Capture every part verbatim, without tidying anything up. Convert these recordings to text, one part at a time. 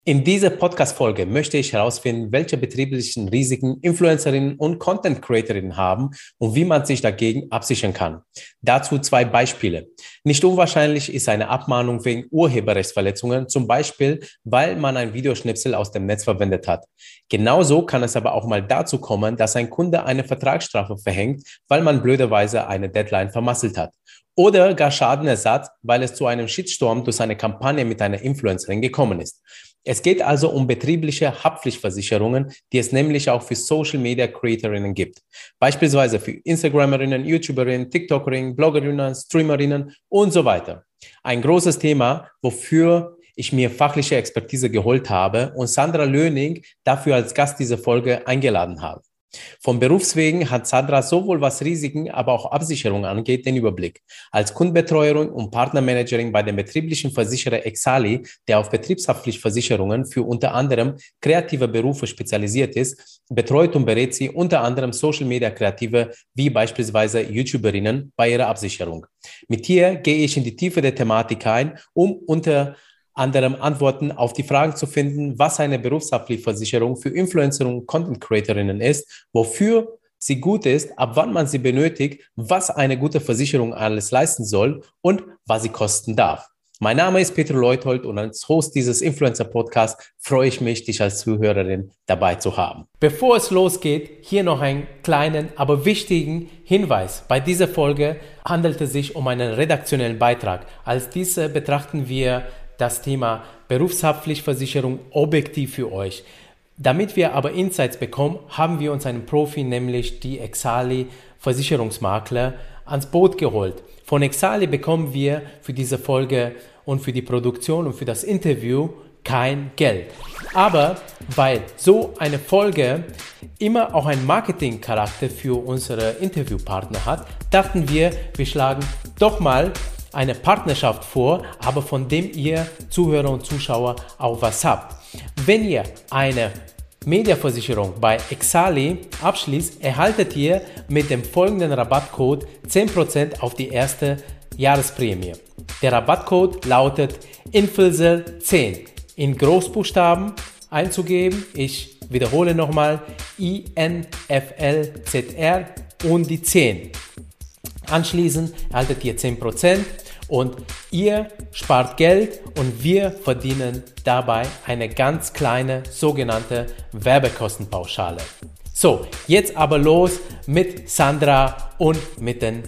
In dieser Podcast-Folge möchte ich herausfinden, welche betrieblichen Risiken Influencerinnen und Content-Creatorinnen haben und wie man sich dagegen absichern kann. Dazu zwei Beispiele. Nicht unwahrscheinlich ist eine Abmahnung wegen Urheberrechtsverletzungen, zum Beispiel, weil man ein Videoschnipsel aus dem Netz verwendet hat. Genauso kann es aber auch mal dazu kommen, dass ein Kunde eine Vertragsstrafe verhängt, weil man blöderweise eine Deadline vermasselt hat. Oder gar Schadenersatz, weil es zu einem Shitstorm durch eine Kampagne mit einer Influencerin gekommen ist. Es geht also um betriebliche Haftpflichtversicherungen, die es nämlich auch für Social Media Creatorinnen gibt. Beispielsweise für Instagramerinnen, YouTuberinnen, TikTokerinnen, Bloggerinnen, Streamerinnen und so weiter. Ein großes Thema, wofür ich mir fachliche Expertise geholt habe und Sandra Löning dafür als Gast dieser Folge eingeladen habe. Vom Berufswegen hat Sandra sowohl was Risiken, aber auch Absicherung angeht, den Überblick. Als Kundenbetreuerin und Partnermanagerin bei dem betrieblichen Versicherer Exali, der auf Betriebshaftpflichtversicherungen für unter anderem kreative Berufe spezialisiert ist, betreut und berät sie unter anderem Social-Media-Kreative wie beispielsweise YouTuberinnen bei ihrer Absicherung. Mit ihr gehe ich in die Tiefe der Thematik ein, um unter anderem Antworten auf die Fragen zu finden, was eine Berufshaftpflichtversicherung für Influencer und Content Creatorinnen ist, wofür sie gut ist, ab wann man sie benötigt, was eine gute Versicherung alles leisten soll und was sie kosten darf. Mein Name ist Peter Leuthold und als Host dieses Influencer-Podcasts freue ich mich, dich als Zuhörerin dabei zu haben. Bevor es losgeht, hier noch einen kleinen, aber wichtigen Hinweis. Bei dieser Folge handelt es sich um einen redaktionellen Beitrag. Als diese betrachten wir das Thema Berufshaftpflichtversicherung objektiv für euch. Damit wir aber Insights bekommen, haben wir uns einen Profi, nämlich die Exali Versicherungsmakler, ans Boot geholt. Von Exali bekommen wir für diese Folge und für die Produktion und für das Interview kein Geld. Aber weil so eine Folge immer auch einen Marketingcharakter für unsere Interviewpartner hat, dachten wir, wir schlagen doch mal eine Partnerschaft vor, aber von dem ihr Zuhörer und Zuschauer auch was habt. Wenn ihr eine Mediaversicherung bei Exali abschließt, erhaltet ihr mit dem folgenden Rabattcode zehn Prozent auf die erste Jahresprämie. Der Rabattcode lautet I N F L S E R zehn in Großbuchstaben einzugeben. Ich wiederhole nochmal I N F L Z R und die zehn. Anschließend erhaltet ihr zehn Prozent und ihr spart Geld und wir verdienen dabei eine ganz kleine sogenannte Werbekostenpauschale. So, jetzt aber los mit Sandra und mit den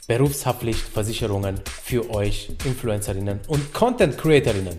Berufshaftpflichtversicherungen für euch Influencerinnen und Content Creatorinnen.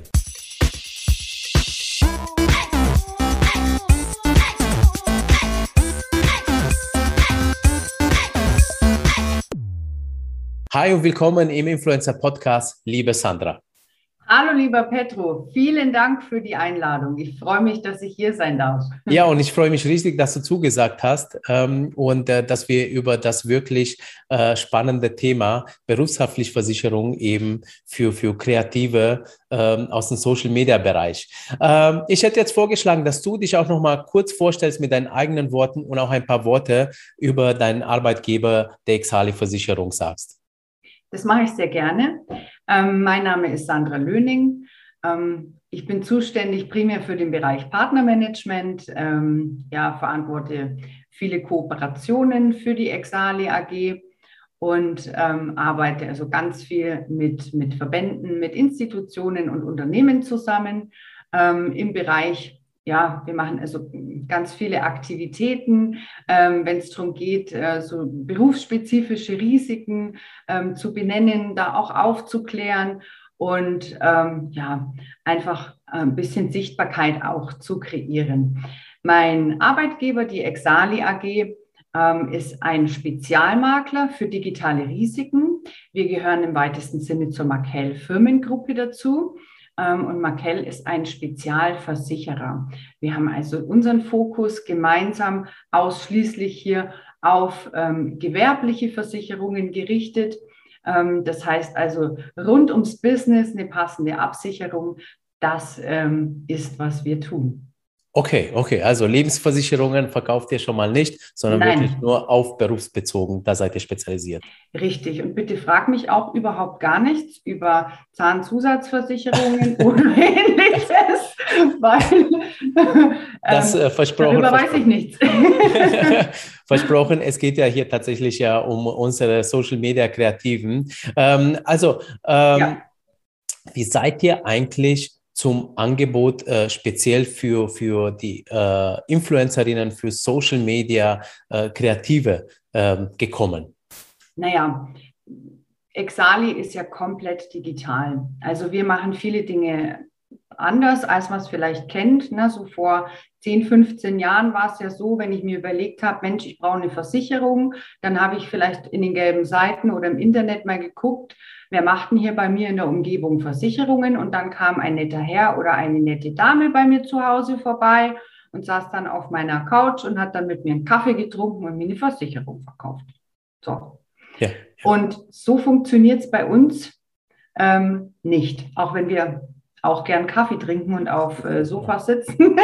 Hi und willkommen im Influencer-Podcast, liebe Sandra. Hallo lieber Petro, vielen Dank für die Einladung. Ich freue mich, dass ich hier sein darf. Ja, und ich freue mich riesig, dass du zugesagt hast ähm, und äh, dass wir über das wirklich äh, spannende Thema Berufshaftpflichtversicherung eben für, für Kreative ähm, aus dem Social-Media-Bereich. Ähm, ich hätte jetzt vorgeschlagen, dass du dich auch noch mal kurz vorstellst mit deinen eigenen Worten und auch ein paar Worte über deinen Arbeitgeber der Exali Versicherung sagst. Das mache ich sehr gerne. Ähm, mein Name ist Sandra Löning. Ähm, ich bin zuständig primär für den Bereich Partnermanagement, ähm, ja, verantworte viele Kooperationen für die Exali A G und ähm, arbeite also ganz viel mit, mit Verbänden, mit Institutionen und Unternehmen zusammen ähm, im Bereich. Ja, wir machen also ganz viele Aktivitäten, ähm, wenn es darum geht, äh, so berufsspezifische Risiken ähm, zu benennen, da auch aufzuklären und ähm, ja, einfach ein bisschen Sichtbarkeit auch zu kreieren. Mein Arbeitgeber, die Exali A G, ähm, ist ein Spezialmakler für digitale Risiken. Wir gehören im weitesten Sinne zur Markel Firmengruppe dazu. Und Markel ist ein Spezialversicherer. Wir haben also unseren Fokus gemeinsam ausschließlich hier auf ähm, gewerbliche Versicherungen gerichtet. Ähm, das heißt also rund ums Business eine passende Absicherung. Das ähm, ist, was wir tun. Okay, okay. Also Lebensversicherungen verkauft ihr schon mal nicht, sondern wirklich Nein, nur auf berufsbezogen. Da seid ihr spezialisiert. richtig. Und bitte frag mich auch überhaupt gar nichts über Zahnzusatzversicherungen oder ähnliches, weil Das ähm, äh, versprochen, darüber weiß ich versprochen. nichts. Versprochen, es geht ja hier tatsächlich ja um unsere Social Media Kreativen. Ähm, also, ähm, Ja. wie seid ihr eigentlich zum Angebot äh, speziell für, für die äh, Influencerinnen, für Social Media äh, Kreative ähm, gekommen? Naja, Exali ist ja komplett digital. Also wir machen viele Dinge anders, als man es vielleicht kennt. Ne? So vor zehn, fünfzehn Jahren war es ja so, wenn ich mir überlegt habe, Mensch, ich brauche eine Versicherung, dann habe ich vielleicht in den gelben Seiten oder im Internet mal geguckt, wer macht denn hier bei mir in der Umgebung Versicherungen? Und dann kam ein netter Herr oder eine nette Dame bei mir zu Hause vorbei und saß dann auf meiner Couch und hat dann mit mir einen Kaffee getrunken und mir eine Versicherung verkauft. So. Ja, ja. Und so funktioniert es bei uns ähm, nicht, auch wenn wir auch gern Kaffee trinken und auf äh, Sofas sitzen.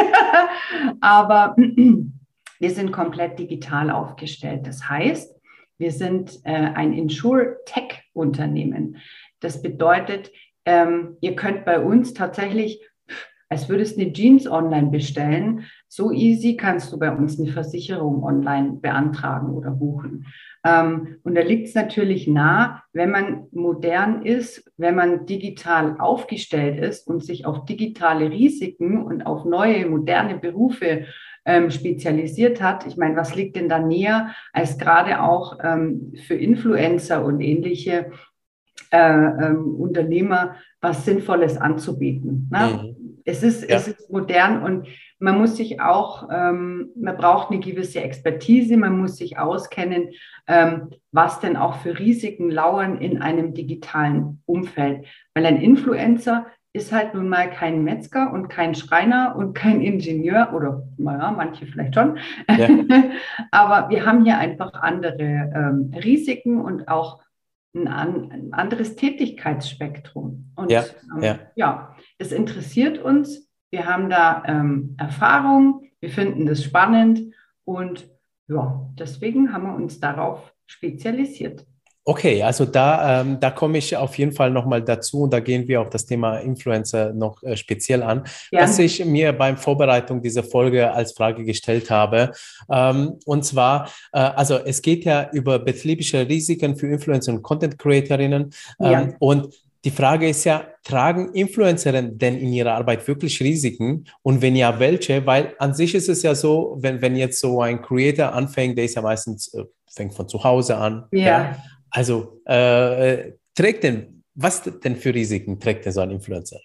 Aber wir sind komplett digital aufgestellt. Das heißt, wir sind äh, ein Insure-Tech-Unternehmen. Das bedeutet, ähm, ihr könnt bei uns tatsächlich, als würdest du eine Jeans online bestellen, so easy kannst du bei uns eine Versicherung online beantragen oder buchen. Ähm, und da liegt es natürlich nah, wenn man modern ist, wenn man digital aufgestellt ist und sich auf digitale Risiken und auf neue, moderne Berufe ähm, spezialisiert hat. Ich meine, was liegt denn da näher, als gerade auch ähm, für Influencer und ähnliche äh, ähm, Unternehmer was Sinnvolles anzubieten. Ne? Mhm. Es ist, es Ja. ist modern und man muss sich auch, ähm, man braucht eine gewisse Expertise, man muss sich auskennen, ähm, was denn auch für Risiken lauern in einem digitalen Umfeld. Weil ein Influencer ist halt nun mal kein Metzger und kein Schreiner und kein Ingenieur oder naja, manche vielleicht schon. Ja, Aber wir haben hier einfach andere ähm, Risiken und auch ein, an, ein anderes Tätigkeitsspektrum. ja, Und ähm, ja. ja, das interessiert uns. Wir haben da ähm, Erfahrung, wir finden das spannend und ja, deswegen haben wir uns darauf spezialisiert. Okay, also da, ähm, da komme ich auf jeden Fall nochmal dazu und da gehen wir auf das Thema Influencer noch äh, speziell an. Was Gern. ich mir beim Vorbereitung dieser Folge als Frage gestellt habe, ähm, und zwar, äh, also es geht ja über betriebliche Risiken für Influencer und Content Creatorinnen ähm, Ja. und die Frage ist ja, tragen Influencerinnen denn in ihrer Arbeit wirklich Risiken? Und wenn ja, welche? Weil an sich ist es ja so, wenn, wenn jetzt so ein Creator anfängt, der ist ja meistens, äh, fängt von zu Hause an, ja. Ja. Also äh, trägt denn, was denn für Risiken trägt denn so ein Influencer?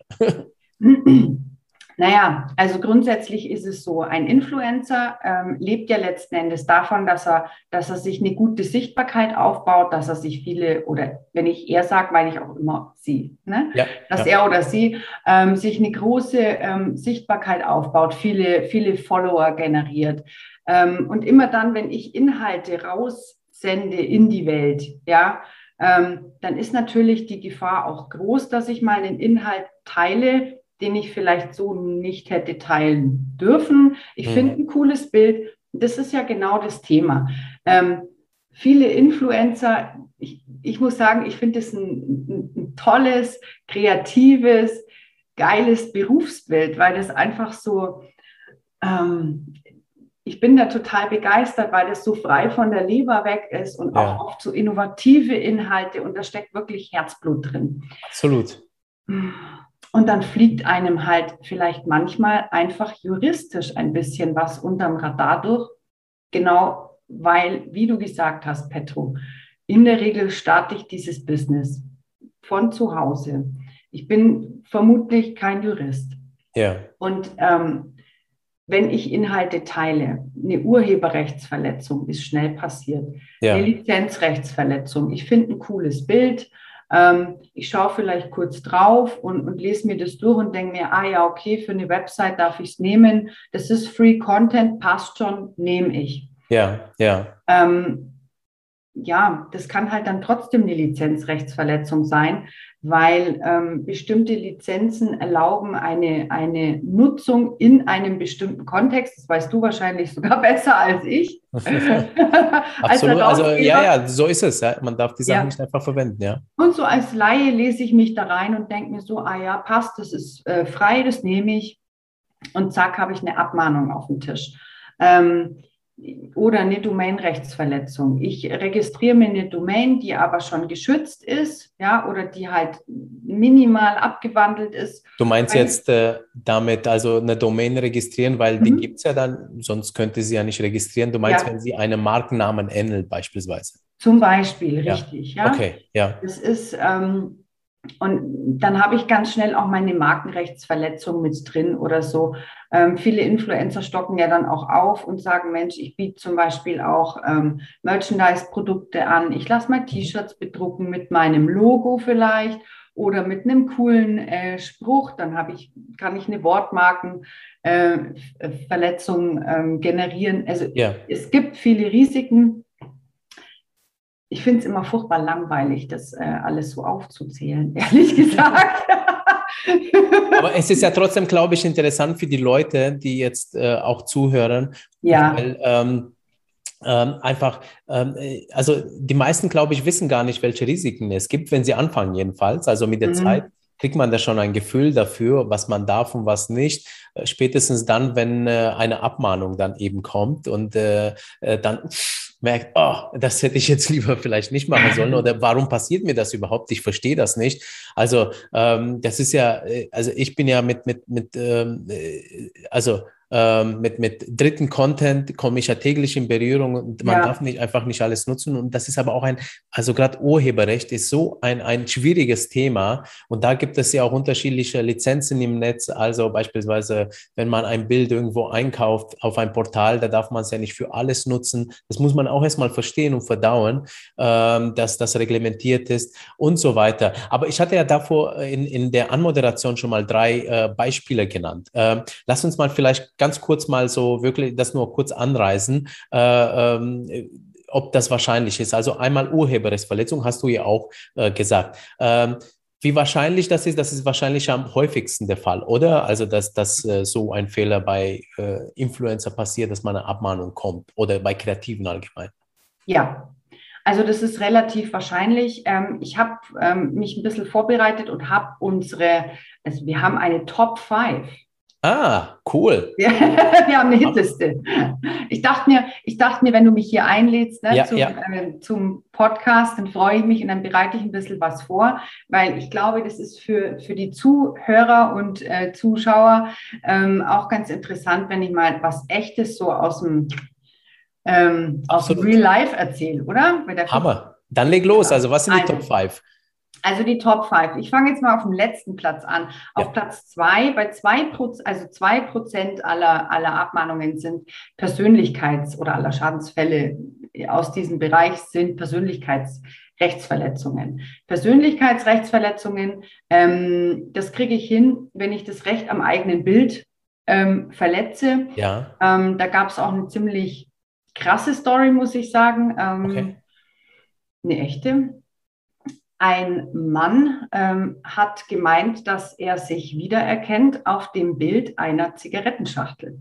Naja, also grundsätzlich ist es so, ein Influencer ähm, lebt ja letzten Endes davon, dass er, dass er sich eine gute Sichtbarkeit aufbaut, dass er sich viele, oder wenn ich er sage, meine ich auch immer sie, ne? Ja, Dass ja, er oder sie ähm, sich eine große ähm, Sichtbarkeit aufbaut, viele, viele Follower generiert. Ähm, und immer dann, wenn ich Inhalte raussende in die Welt, ja, ähm, dann ist natürlich die Gefahr auch groß, dass ich mal einen Inhalt teile, den ich vielleicht so nicht hätte teilen dürfen. Ich finde mhm. ein cooles Bild. Das ist ja genau das Thema. Ähm, viele Influencer, ich, ich muss sagen, ich finde es ein, ein, ein tolles, kreatives, geiles Berufsbild, weil das einfach so, ähm, ich bin da total begeistert, weil das so frei von der Leber weg ist und auch Ja, oft so innovative Inhalte und da steckt wirklich Herzblut drin. absolut. Und dann fliegt einem halt vielleicht manchmal einfach juristisch ein bisschen was unterm Radar durch. Genau, weil, wie du gesagt hast, Petro, in der Regel starte ich dieses Business von zu Hause. Ich bin vermutlich kein Jurist. Ja, Und ähm, wenn ich Inhalte teile, eine Urheberrechtsverletzung ist schnell passiert, eine ja, Lizenzrechtsverletzung, ich finde ein cooles Bild, ähm, ich schaue vielleicht kurz drauf und, und lese mir das durch und denke mir, ah ja, okay, für eine Website darf ich es nehmen, das ist Free Content, passt schon, nehme ich. ja, ja, Ähm, ja, das kann halt dann trotzdem eine Lizenzrechtsverletzung sein, weil ähm, bestimmte Lizenzen erlauben eine, eine Nutzung in einem bestimmten Kontext. Das weißt du wahrscheinlich sogar besser als ich, als Absolut. Also ja, Herausgeber. ja, so ist es. Ja. Man darf die Sachen Ja. nicht einfach verwenden, ja. Und so als Laie lese ich mich da rein und denke mir so, ah ja, passt, das ist äh, frei, das nehme ich. Und zack, habe ich eine Abmahnung auf dem Tisch. Ähm, oder eine Domainrechtsverletzung. Ich registriere mir eine Domain, die aber schon geschützt ist, ja, oder die halt minimal abgewandelt ist. Du meinst Weil, jetzt äh, damit also eine Domain registrieren, weil die mhm. gibt es ja dann, sonst könnte sie ja nicht registrieren. Du meinst, Ja, wenn sie einen Markennamen ändert beispielsweise. zum Beispiel, Ja, richtig, ja. okay, ja. Das ist, ähm, und dann habe ich ganz schnell auch meine Markenrechtsverletzung mit drin oder so. Ähm, viele Influencer stocken ja dann auch auf und sagen, Mensch, ich biete zum Beispiel auch ähm, Merchandise-Produkte an. Ich lasse mal Mhm. T-Shirts bedrucken mit meinem Logo vielleicht oder mit einem coolen äh, Spruch. Dann habe ich, kann ich eine Wortmarkenverletzung äh, ähm, generieren. Also Ja. es gibt viele Risiken. Ich finde es immer furchtbar langweilig, das äh, alles so aufzuzählen, ehrlich gesagt. Aber es ist ja trotzdem, glaube ich, interessant für die Leute, die jetzt äh, auch zuhören, Ja. weil ähm, ähm, einfach, ähm, äh, also die meisten, glaube ich, wissen gar nicht, welche Risiken es gibt, wenn sie anfangen jedenfalls. Also mit der Zeit Mhm. kriegt man da schon ein Gefühl dafür, was man darf und was nicht. Äh, spätestens dann, wenn äh, eine Abmahnung dann eben kommt und äh, äh, dann merkt, oh, das hätte ich jetzt lieber vielleicht nicht machen sollen oder warum passiert mir das überhaupt? Ich verstehe das nicht. Also ähm, das ist ja, äh, also ich bin ja mit, mit, mit ähm, äh, also ähm, mit, mit dritten Content komme ich ja täglich in Berührung und man darf Ja, nicht einfach nicht alles nutzen. Und das ist aber auch ein, also gerade Urheberrecht ist so ein, ein schwieriges Thema. Und da gibt es ja auch unterschiedliche Lizenzen im Netz. Also beispielsweise, wenn man ein Bild irgendwo einkauft auf ein Portal, da darf man es ja nicht für alles nutzen. Das muss man auch erstmal verstehen und verdauen, ähm, dass das reglementiert ist und so weiter. Aber ich hatte ja davor in, in der Anmoderation schon mal drei äh, Beispiele genannt. Ähm, lass uns mal vielleicht ganz kurz mal so wirklich das nur kurz anreißen, äh, ähm, ob das wahrscheinlich ist. Also einmal Urheberrechtsverletzung, hast du ja auch äh, gesagt. Ähm, wie wahrscheinlich das ist, das ist wahrscheinlich am häufigsten der Fall, oder? Also, dass, dass äh, so ein Fehler bei äh, Influencer passiert, dass man eine Abmahnung kommt oder bei Kreativen allgemein. ja. Also das ist relativ wahrscheinlich. Ähm, ich habe ähm, mich ein bisschen vorbereitet und habe unsere, also wir haben eine Top fünf. Ah, cool. Wir, wir haben eine Hitliste. Ich dachte mir, ich dachte mir, wenn du mich hier einlädst, ne, Ja, zum, ja, äh, zum Podcast, dann freue ich mich und dann bereite ich ein bisschen was vor, weil ich glaube, das ist für, für die Zuhörer und äh, Zuschauer ähm, auch ganz interessant, wenn ich mal was Echtes so aus dem, ähm, aus dem Real absolut. Life erzähle, oder? Weil da guckt Hammer. Dann leg los. ja. Also, was sind die Top Also, fünf? also die Top fünf. Ich fange jetzt mal auf dem letzten Platz an. Auf Ja, Platz zwei, bei zwei Prozent, also zwei Prozent aller, aller Abmahnungen sind Persönlichkeits- oder aller Schadensfälle aus diesem Bereich sind Persönlichkeitsrechtsverletzungen. Persönlichkeitsrechtsverletzungen, ähm, das kriege ich hin, wenn ich das Recht am eigenen Bild ähm, verletze. ja, Ähm, da gab es auch eine ziemlich krasse Story, muss ich sagen. okay. Ähm, eine echte. Ein Mann ähm, hat gemeint, dass er sich wiedererkennt auf dem Bild einer Zigarettenschachtel.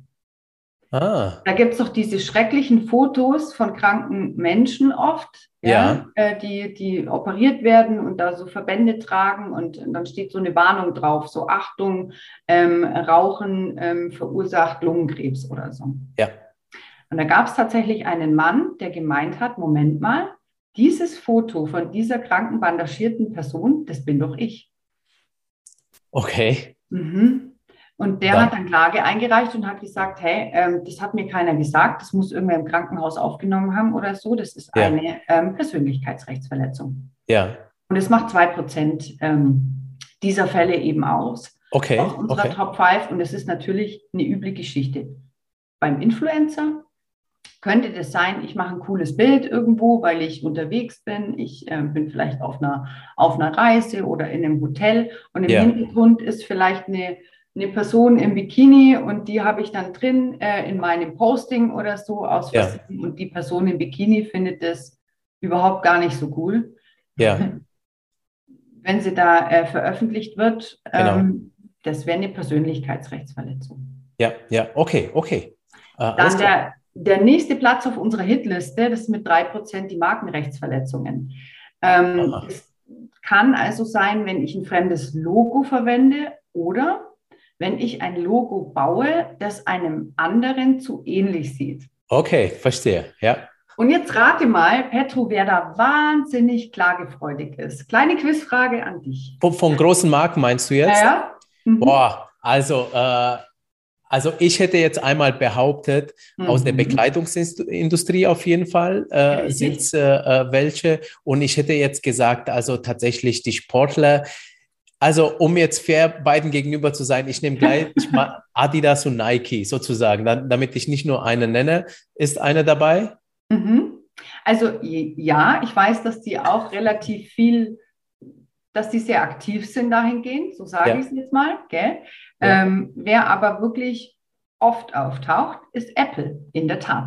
Ah, Da gibt es doch diese schrecklichen Fotos von kranken Menschen oft, ja, ja, äh, die, die operiert werden und da so Verbände tragen und, und dann steht so eine Warnung drauf, so Achtung, ähm, Rauchen ähm, verursacht Lungenkrebs oder so. ja. Und da gab es tatsächlich einen Mann, der gemeint hat, Moment mal, dieses Foto von dieser kranken, bandagierten Person, das bin doch ich. Okay. Mhm. Und Und der hat dann? dann Klage eingereicht und hat gesagt, hey, ähm, das hat mir keiner gesagt, das muss irgendwer im Krankenhaus aufgenommen haben oder so. Das ist Ja, eine ähm, Persönlichkeitsrechtsverletzung. ja. Und es macht zwei Prozent ähm, dieser Fälle eben aus, aus Okay, unserer okay. Top fünf. Und es ist natürlich eine üble Geschichte. Beim Influencer könnte das sein, ich mache ein cooles Bild irgendwo, weil ich unterwegs bin. Ich äh, bin vielleicht auf einer, auf einer Reise oder in einem Hotel und im Ja, Hintergrund ist vielleicht eine, eine Person im Bikini und die habe ich dann drin äh, in meinem Posting oder so aus ja. Versehen und die Person im Bikini findet das überhaupt gar nicht so cool, Ja, wenn sie da äh, veröffentlicht wird. genau. Ähm, das wäre eine Persönlichkeitsrechtsverletzung. Ja, ja, okay, okay. Äh, alles Dann klar. der, der nächste Platz auf unserer Hitliste, das ist mit drei Prozent die Markenrechtsverletzungen. Ähm, Aha. das kann also sein, wenn ich ein fremdes Logo verwende oder wenn ich ein Logo baue, das einem anderen zu ähnlich sieht. Okay, verstehe. Ja. Und jetzt rate mal, Petro, wer da wahnsinnig klagefreudig ist. Kleine Quizfrage an dich. Von, von großen Marken meinst du Ja, jetzt? ja. Mhm. Boah, also, äh, also ich hätte jetzt einmal behauptet, aus der Mhm. Bekleidungsindustrie auf jeden Fall äh, sind Richtig. es äh, äh, welche. Und ich hätte jetzt gesagt, also tatsächlich die Sportler. Also um jetzt fair beiden gegenüber zu sein, ich nehme gleich mal Adidas und Nike sozusagen, dann, damit ich nicht nur eine nenne. Ist eine dabei? Mhm. Also ja, ich weiß, dass die auch relativ viel, dass die sehr aktiv sind dahingehend, so sage ich Ja, es jetzt mal. Gell? ja. Ähm, wer aber wirklich oft auftaucht, ist Apple, in der Tat.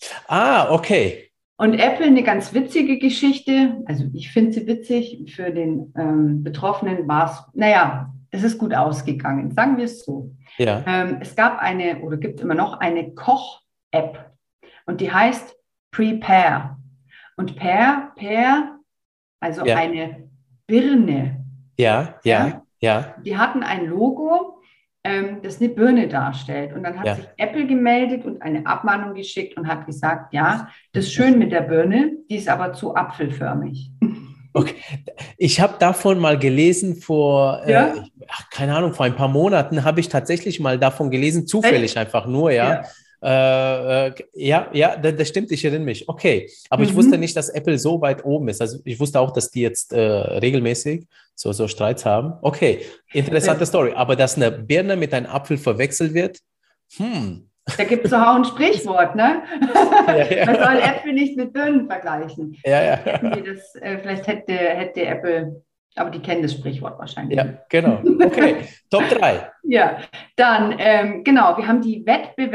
Ah, okay. Und Apple, eine ganz witzige Geschichte, also ich finde sie witzig, für den ähm, Betroffenen war es, naja, es ist gut ausgegangen, sagen wir es so. Ja, Ähm, es gab eine oder gibt immer noch eine Koch-App und die heißt Prepare. Und Pear, Pear, also ja, eine Birne, ja, ja, ja, ja, die hatten ein Logo, ähm, das eine Birne darstellt. Und dann hat sich ja. Apple gemeldet und eine Abmahnung geschickt und hat gesagt, ja, das ist schön mit der Birne, die ist aber zu apfelförmig. Okay. Ich habe davon mal gelesen vor, äh, Ja, ich- ach, keine Ahnung, vor ein paar Monaten habe ich tatsächlich mal davon gelesen, echt? zufällig einfach nur, ja. Ja. Äh, äh, ja, ja, das, das stimmt, ich erinnere mich. Okay, aber ich wusste Mhm. nicht, dass Apple so weit oben ist. Also ich wusste auch, dass die jetzt äh, regelmäßig so, so Streits haben. Okay, interessante Das, Story. Aber dass eine Birne mit einem Apfel verwechselt wird, hm. da gibt es doch auch ein Sprichwort, ne? Ja, Man soll ja. Äpfel nicht mit Birnen vergleichen. Ja, Vielleicht hätten die ja. das, äh, vielleicht hätte, hätte Apple, aber die kennen das Sprichwort wahrscheinlich Ja, nicht. genau. Okay, Top drei. Ja, dann, ähm, genau, wir haben die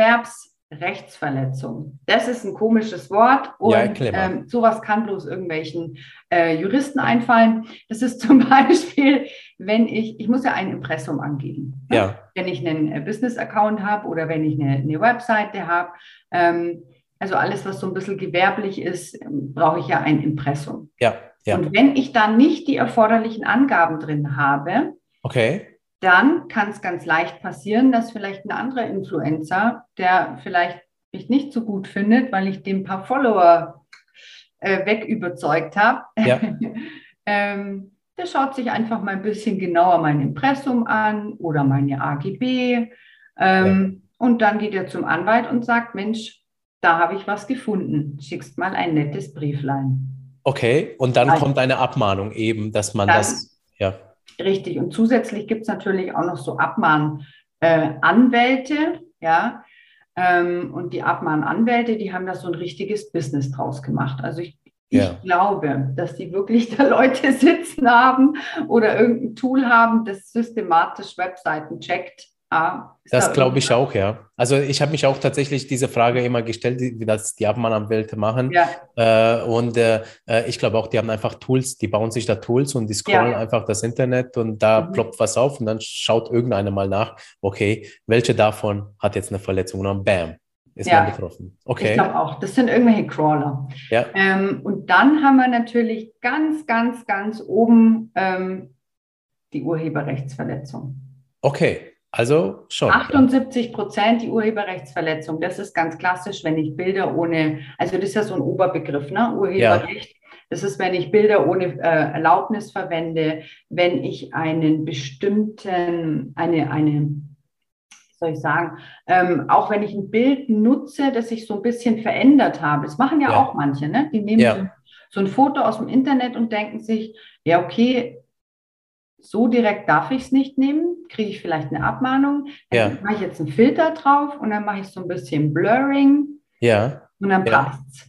Wettbewerbsrechtsverletzung. Das ist ein komisches Wort Ja, und erklär mal. ähm, sowas kann bloß irgendwelchen äh, Juristen einfallen. Das ist zum Beispiel, wenn ich, ich muss ja ein Impressum angeben. Ne? Ja, Wenn ich einen äh, Business-Account habe oder wenn ich eine, eine Webseite habe. Ähm, also alles, was so ein bisschen gewerblich ist, ähm, brauche ich ja ein Impressum. ja, ja. Und wenn ich da nicht die erforderlichen Angaben drin habe, Okay. dann kann es ganz leicht passieren, dass vielleicht ein anderer Influencer, der vielleicht mich nicht so gut findet, weil ich dem ein paar Follower äh, wegüberzeugt habe, Ja, ähm, der schaut sich einfach mal ein bisschen genauer mein Impressum an oder meine A G B. ja. Ähm, und dann geht er zum Anwalt und sagt, Mensch, da habe ich was gefunden. Schickst mal ein nettes Brieflein. Okay. Und dann Also kommt eine Abmahnung eben, dass man dann das, ja, richtig. Und zusätzlich gibt es natürlich auch noch so Abmahnanwälte, äh, ja. Ähm, und die Abmahnanwälte, die haben da so ein richtiges Business draus gemacht. Also ich, ich ja. glaube, dass die wirklich da Leute sitzen haben oder irgendein Tool haben, das systematisch Webseiten checkt. Ah, ist Das da glaube ich irgendwas? auch, ja. Also ich habe mich auch tatsächlich diese Frage immer gestellt, wie das die Abmahnanwälte machen. Ja, Äh, und äh, äh, ich glaube auch, die haben einfach Tools, die bauen sich da Tools und die scrollen ja. einfach das Internet und da Mhm. ploppt was auf und dann schaut irgendeiner mal nach, okay, welche davon hat jetzt eine Verletzung und dann bam, ist man Ja, betroffen. ich glaube Okay, auch. Das sind irgendwelche Crawler. ja, Ähm, und dann haben wir natürlich ganz, ganz, ganz oben ähm, die Urheberrechtsverletzung. okay, also schon, ja. achtundsiebzig Prozent die Urheberrechtsverletzung. Das ist ganz klassisch, wenn ich Bilder ohne, also das ist ja so ein Oberbegriff, ne? Ja, Urheberrecht. Das ist, wenn ich Bilder ohne äh, Erlaubnis verwende, wenn ich einen bestimmten, eine, eine, wie soll ich sagen, ähm, auch wenn ich ein Bild nutze, das sich so ein bisschen verändert habe. Das machen ja auch ja, manche, ne? Die nehmen so, ja, so ein Foto aus dem Internet und denken sich, ja, okay, so direkt darf ich es nicht nehmen, kriege ich vielleicht eine Abmahnung. Dann ja, mache ich jetzt einen Filter drauf und dann mache ich so ein bisschen Blurring ja, und dann ja, passt's.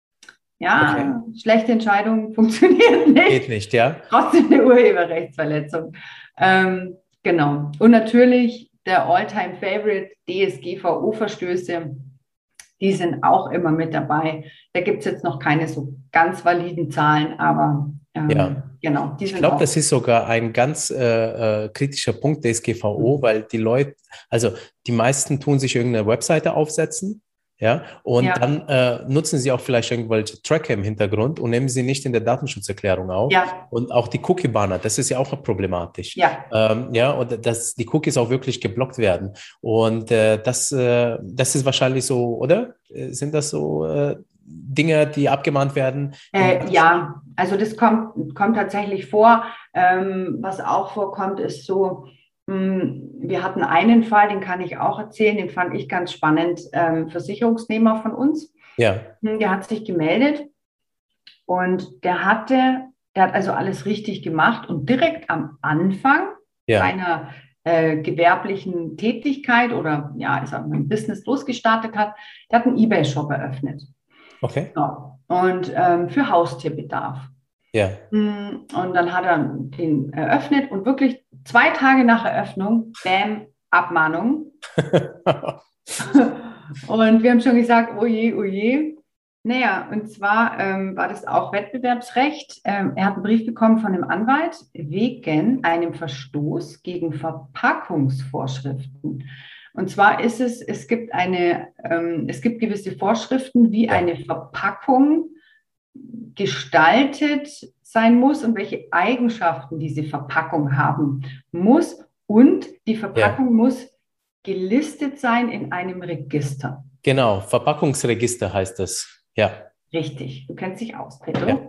Ja, okay. schlechte Entscheidung funktioniert Geht nicht. nicht, ja. Trotzdem eine Urheberrechtsverletzung. Ähm, genau. Und natürlich der All-Time-Favorite D S G V O-Verstöße. Die sind auch immer mit dabei. Da gibt es jetzt noch keine so ganz validen Zahlen, aber ähm, Ja. genau, die Ich sind glaube, auch. das ist sogar ein ganz äh, äh, kritischer Punkt der D S G V O, weil die Leute, also die meisten tun sich irgendeine Webseite aufsetzen, ja, und Ja, dann äh, nutzen sie auch vielleicht irgendwelche Tracker im Hintergrund und nehmen sie nicht in der Datenschutzerklärung auf. ja, Und auch die Cookie-Banner, das ist ja auch problematisch. ja. Ähm, ja, und dass die Cookies auch wirklich geblockt werden. Und äh, das, äh, das ist wahrscheinlich so, oder? Äh, Sind das so äh, Dinge, die abgemahnt werden im Äh, Datenschutz? ja, also das kommt, kommt tatsächlich vor. Ähm, was auch vorkommt, ist so, mh, wir hatten einen Fall, den kann ich auch erzählen, den fand ich ganz spannend. Ähm, Versicherungsnehmer von uns, Ja, mh, der hat sich gemeldet und der hatte, der hat also alles richtig gemacht und direkt am Anfang ja, seiner äh, gewerblichen Tätigkeit oder ja, ist er mit dem Business losgestartet hat, der hat einen eBay-Shop eröffnet. okay. Ja. Und ähm, für Haustierbedarf. Ja. Mm, Und dann hat er den eröffnet und wirklich zwei Tage nach Eröffnung, bam, Abmahnung. Und wir haben schon gesagt, oh je, oh je. Naja, und zwar ähm, war das auch Wettbewerbsrecht. Ähm, er hat einen Brief bekommen von einem Anwalt wegen einem Verstoß gegen Verpackungsvorschriften. Und zwar ist es, es gibt eine, ähm, es gibt gewisse Vorschriften, wie Ja, eine Verpackung gestaltet sein muss und welche Eigenschaften diese Verpackung haben muss. Und die ja, Verpackung muss gelistet sein in einem Register. genau. Verpackungsregister heißt das. Ja, Richtig, du kennst dich aus, ja. Pedro.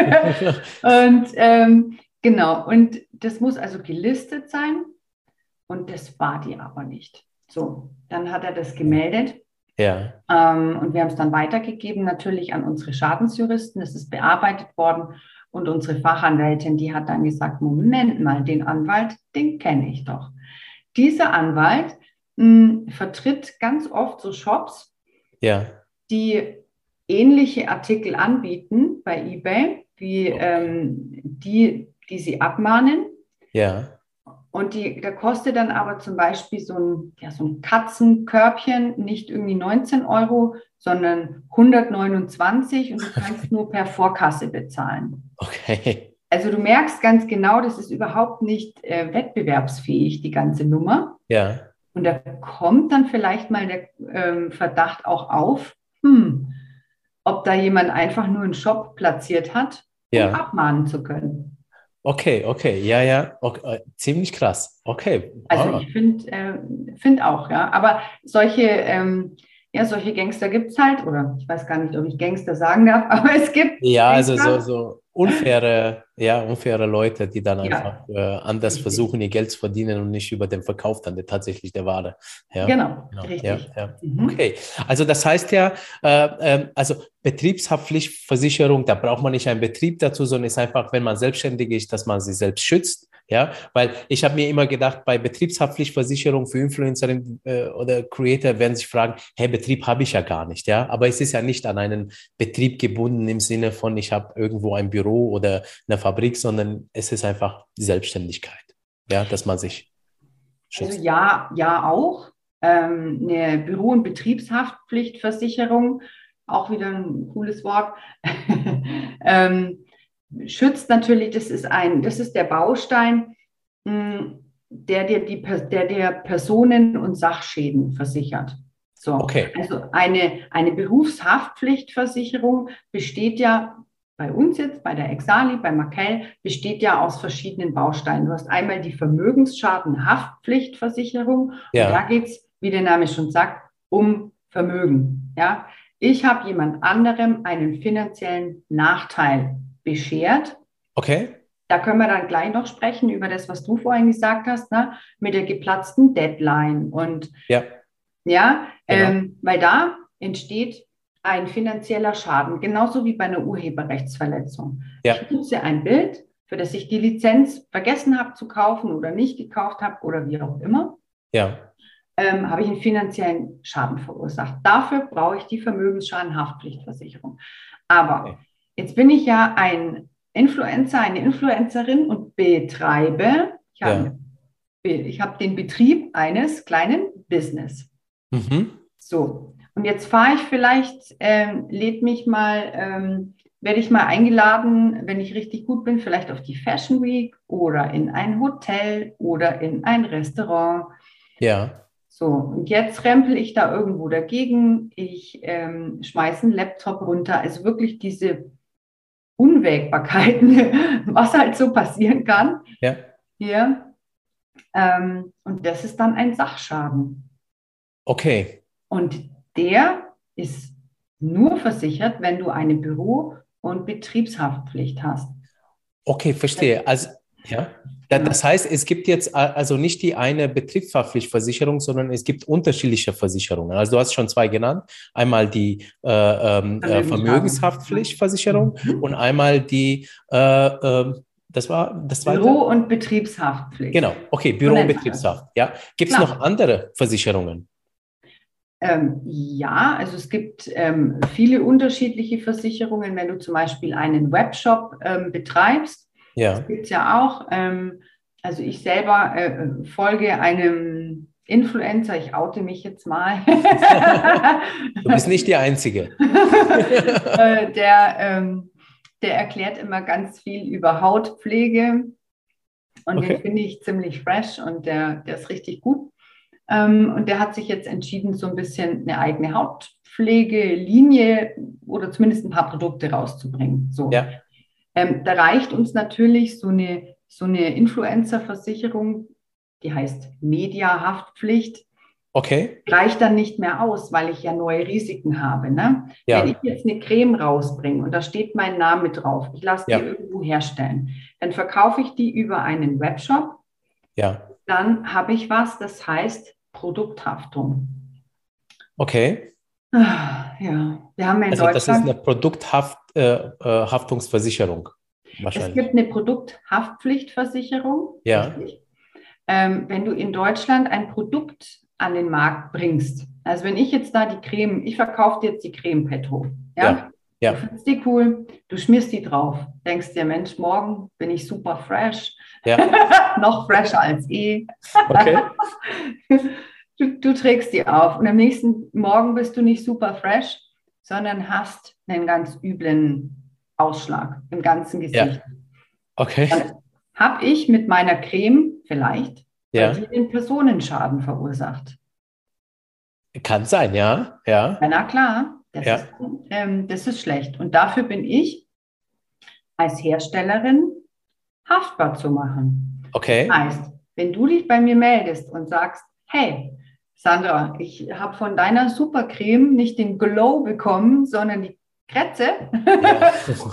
Und ähm, genau, und das muss also gelistet sein und das war die aber nicht. So, dann hat er das gemeldet. Ja, Ähm, und wir haben es dann weitergegeben, natürlich an unsere Schadensjuristen. Es ist bearbeitet worden. Und unsere Fachanwältin, die hat dann gesagt, Moment mal, den Anwalt, den kenne ich doch. Dieser Anwalt mh, vertritt ganz oft so Shops, ja. die ähnliche Artikel anbieten bei eBay, wie Okay. ähm, die, die sie abmahnen. Ja, Und die, da kostet dann aber zum Beispiel so ein, ja, so ein Katzenkörbchen nicht irgendwie neunzehn Euro, sondern hundertneunundzwanzig und du kannst nur per Vorkasse bezahlen. okay. Also du merkst ganz genau, das ist überhaupt nicht äh, wettbewerbsfähig, die ganze Nummer. Ja, Und da kommt dann vielleicht mal der ähm, Verdacht auch auf, hm, ob da jemand einfach nur einen Shop platziert hat, um ja. abmahnen zu können. Okay, okay. Ja, ja. Okay. äh, Ziemlich krass. Okay. Also Ah. ich finde äh, find auch, ja. Aber solche, ähm, ja, solche Gangster gibt es halt, oder ich weiß gar nicht, ob ich Gangster sagen darf, aber es gibt Ja, also so, Gangster. so unfaire, ja, unfaire Leute, die dann einfach Ja, äh, anders richtig. versuchen, ihr Geld zu verdienen und nicht über den Verkauf dann der, tatsächlich der Ware. Ja, Genau, genau. Ja, richtig. ja. Mhm. Okay. Also das heißt ja, äh, ähm, also Betriebshaftpflichtversicherung, da braucht man nicht einen Betrieb dazu, sondern ist einfach, wenn man selbstständig ist, dass man sich selbst schützt. Ja, weil ich habe mir immer gedacht, bei Betriebshaftpflichtversicherung für Influencerinnen äh, oder Creator werden sich fragen, hey, Betrieb habe ich ja gar nicht, ja, aber es ist ja nicht an einen Betrieb gebunden im Sinne von, ich habe irgendwo ein Büro oder eine Fabrik, sondern es ist einfach die Selbstständigkeit, ja, dass man sich Also schützt. ja, ja auch. Ähm, eine Büro- und Betriebshaftpflichtversicherung, auch wieder ein cooles Wort, ähm, schützt natürlich, das ist ein, das ist der Baustein, mh, der dir die, der dir Personen- und Sachschäden versichert. So, Okay, also eine, eine Berufshaftpflichtversicherung besteht ja bei uns jetzt, bei der Exali, bei Markel, besteht ja aus verschiedenen Bausteinen. Du hast einmal die Vermögensschadenhaftpflichtversicherung und da ja, geht es, wie der Name schon sagt, um Vermögen. Ja? Ich habe jemand anderem einen finanziellen Nachteil beschert. okay, Da können wir dann gleich noch sprechen über das, was du vorhin gesagt hast, ne? Mit der geplatzten Deadline. Und ja, ja, genau, ähm, weil da entsteht ein finanzieller Schaden, genauso wie bei einer Urheberrechtsverletzung. Ich ja, nutze ein Bild, für das ich die Lizenz vergessen habe zu kaufen oder nicht gekauft habe oder wie auch immer, ja, ähm, habe ich einen finanziellen Schaden verursacht. Dafür brauche ich die Vermögensschadenhaftpflichtversicherung. Aber okay. jetzt bin ich ja ein Influencer, eine Influencerin und betreibe, ich habe, Ja, ich habe den Betrieb eines kleinen Business. mhm. So. Und jetzt fahre ich vielleicht, ähm, lädt mich mal, ähm, werde ich mal eingeladen, wenn ich richtig gut bin, vielleicht auf die Fashion Week oder in ein Hotel oder in ein Restaurant. Ja. So, und jetzt rempel ich da irgendwo dagegen. Ich ähm, schmeiße einen Laptop runter. Also wirklich diese Unwägbarkeiten, was halt so passieren kann. Ja. Hier. Ähm, und das ist dann ein Sachschaden. Okay. Und der ist nur versichert, wenn du eine Büro- und Betriebshaftpflicht hast. Okay, verstehe. Also, ja. Da- Genau. Das heißt, es gibt jetzt a- also nicht die eine Betriebshaftpflichtversicherung, sondern es gibt unterschiedliche Versicherungen. Also du hast schon zwei genannt. Einmal die äh, ähm, äh, Vermögensschaden. Vermögenshaftpflichtversicherung Mhm. und einmal die, äh, ähm, das war das zweite? Büro- und Betriebshaftpflicht. Genau, okay, So Büro- und nennt man das. Betriebshaft. Ja. Gibt es noch Klar. andere Versicherungen? Ähm, ja, also es gibt ähm, viele unterschiedliche Versicherungen. Wenn du zum Beispiel einen Webshop ähm, betreibst, das Ja. gibt es ja auch. Ähm, also ich selber äh, folge einem Influencer, ich oute mich jetzt mal, Du bist nicht die Einzige. äh, der, ähm, der erklärt immer ganz viel über Hautpflege und den Okay. finde ich ziemlich fresh und der, der ist richtig gut. Ähm, und der hat sich jetzt entschieden, so ein bisschen eine eigene Hautpflegelinie oder zumindest ein paar Produkte rauszubringen. So. Ja. Ähm, da reicht uns natürlich so eine, so eine Influencer-Versicherung, die heißt Media-Haftpflicht, Okay. reicht dann nicht mehr aus, weil ich ja neue Risiken habe. Ne? Wenn ich Ja. jetzt eine Creme rausbringe und da steht mein Name drauf, ich lasse die Ja. irgendwo herstellen, dann verkaufe ich die über einen Webshop, Ja. dann habe ich was, das heißt Produkthaftung. Okay. Ah, ja, wir haben ja in Also das ist eine Deutschland, Produkthaftungsversicherung äh, äh, Haftungsversicherung es wahrscheinlich. gibt eine Produkthaftpflichtversicherung, Ja. richtig. Ähm, wenn du in Deutschland ein Produkt an den Markt bringst, also wenn ich jetzt da die Creme, ich verkaufe dir jetzt die Creme Petro, ja, Ja. du Ja. findest die cool, du schmierst die drauf, denkst dir, Mensch, morgen bin ich super fresh, Ja. noch fresher als eh. Okay. Du, du trägst die auf und am nächsten Morgen bist du nicht super fresh, sondern hast einen ganz üblen Ausschlag im ganzen Gesicht. Ja. Okay. Dann habe ich mit meiner Creme vielleicht bei Ja. dir den Personenschaden verursacht. Kann sein, ja. Ja. Ja, na klar, das ist, Ja. ähm, das ist schlecht. Und dafür bin ich als Herstellerin haftbar zu machen. Das Okay. heißt, wenn du dich bei mir meldest und sagst, hey, Sandra, ich habe von deiner Supercreme nicht den Glow bekommen, sondern die Krätze, Ja.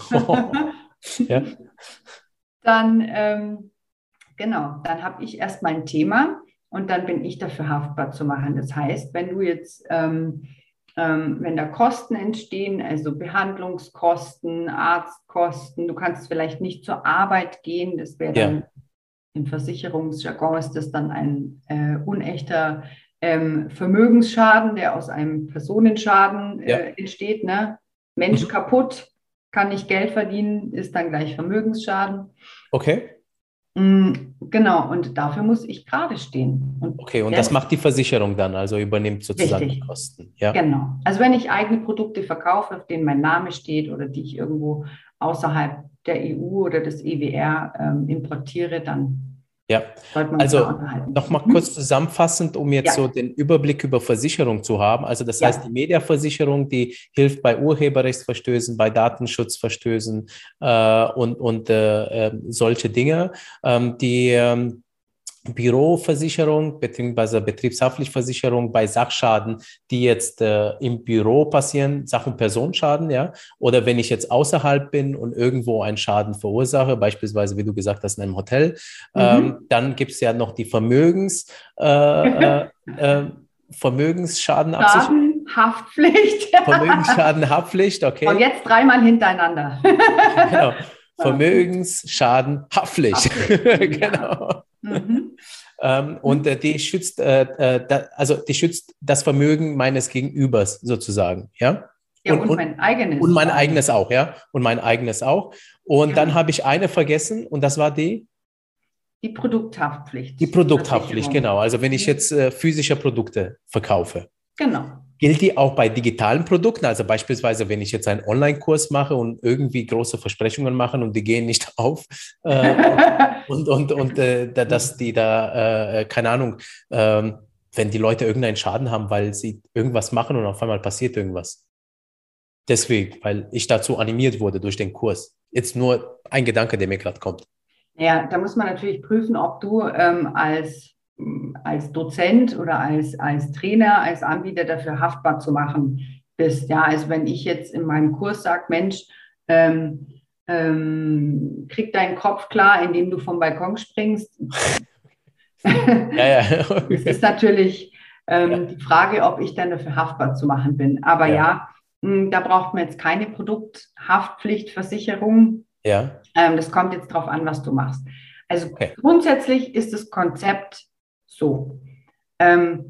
Ja. dann, ähm, genau, dann habe ich erstmal ein Thema und dann bin ich dafür haftbar zu machen. Das heißt, wenn du jetzt, ähm, ähm, wenn da Kosten entstehen, also Behandlungskosten, Arztkosten, du kannst vielleicht nicht zur Arbeit gehen, das wäre dann Ja. im Versicherungsjargon ist das dann ein äh, unechter ähm, Vermögensschaden, der aus einem Personenschaden Ja. äh, entsteht. Ne? Mensch Mhm. kaputt, kann nicht Geld verdienen, ist dann gleich Vermögensschaden. Okay. Mm, genau, und dafür muss ich gerade stehen. Und Okay. Und das das macht die Versicherung dann, also übernimmt sozusagen die richtig, Kosten. Ja. genau. Also wenn ich eigene Produkte verkaufe, auf denen mein Name steht oder die ich irgendwo außerhalb der E U oder des E W R ähm, importiere, dann Ja, sollten wir uns da also unterhalten. nochmal Mhm. kurz zusammenfassend, um jetzt so Ja, den Überblick über Versicherung zu haben. Also das heißt, die ja. Mediaversicherung, die hilft bei Urheberrechtsverstößen, bei Datenschutzverstößen äh, und, und äh, äh, solche Dinge. Ähm, die ähm, Büroversicherung bzw. Betriebshaftpflichtversicherung bei Sachschaden, die jetzt äh, im Büro passieren, Sach- und Personenschaden, ja, oder wenn ich jetzt außerhalb bin und irgendwo einen Schaden verursache, beispielsweise, wie du gesagt hast, in einem Hotel, ähm, Mhm. dann gibt es ja noch die Vermögens, äh, äh, äh, Vermögensschadenabsicherung, Schaden, Haftpflicht. Vermögensschadenhaftpflicht, Und okay, jetzt dreimal hintereinander. genau, Vermögensschadenhaftpflicht, Haftpflicht, ja. genau. Mhm. Ähm, und äh, die schützt, äh, äh, da, also die schützt das Vermögen meines Gegenübers sozusagen, ja. Ja, Und, und und, mein und eigenes mein vor allem. eigenes auch, ja. Und mein eigenes auch. Und dann Genau. habe ich eine vergessen und das war die, Die die Produkthaftpflicht, Produkthaftpflicht, Versicherung. genau. Also wenn ich Mhm. jetzt äh, physische Produkte verkaufe. Genau. Gilt die auch bei digitalen Produkten? Also beispielsweise, wenn ich jetzt einen Online-Kurs mache und irgendwie große Versprechungen machen und die gehen nicht auf äh, und, und, und äh, dass die da, äh, keine Ahnung, ähm, wenn die Leute irgendeinen Schaden haben, weil sie irgendwas machen und auf einmal passiert irgendwas. Deswegen, weil ich dazu animiert wurde durch den Kurs. Jetzt nur ein Gedanke, der mir gerade kommt. Ja, da muss man natürlich prüfen, ob du ähm, als, als Dozent oder als, als Trainer, als Anbieter dafür haftbar zu machen bist. Ja, also wenn ich jetzt in meinem Kurs sage, Mensch, ähm, ähm, krieg deinen Kopf klar, indem du vom Balkon springst. Ja, ja. Es ist natürlich ähm, ja. die Frage, ob ich dann dafür haftbar zu machen bin. Aber ja, ja mh, da braucht man jetzt keine Produkthaftpflichtversicherung. Ja. Ähm, das kommt jetzt darauf an, was du machst. Also okay. Grundsätzlich ist das Konzept so. Ähm,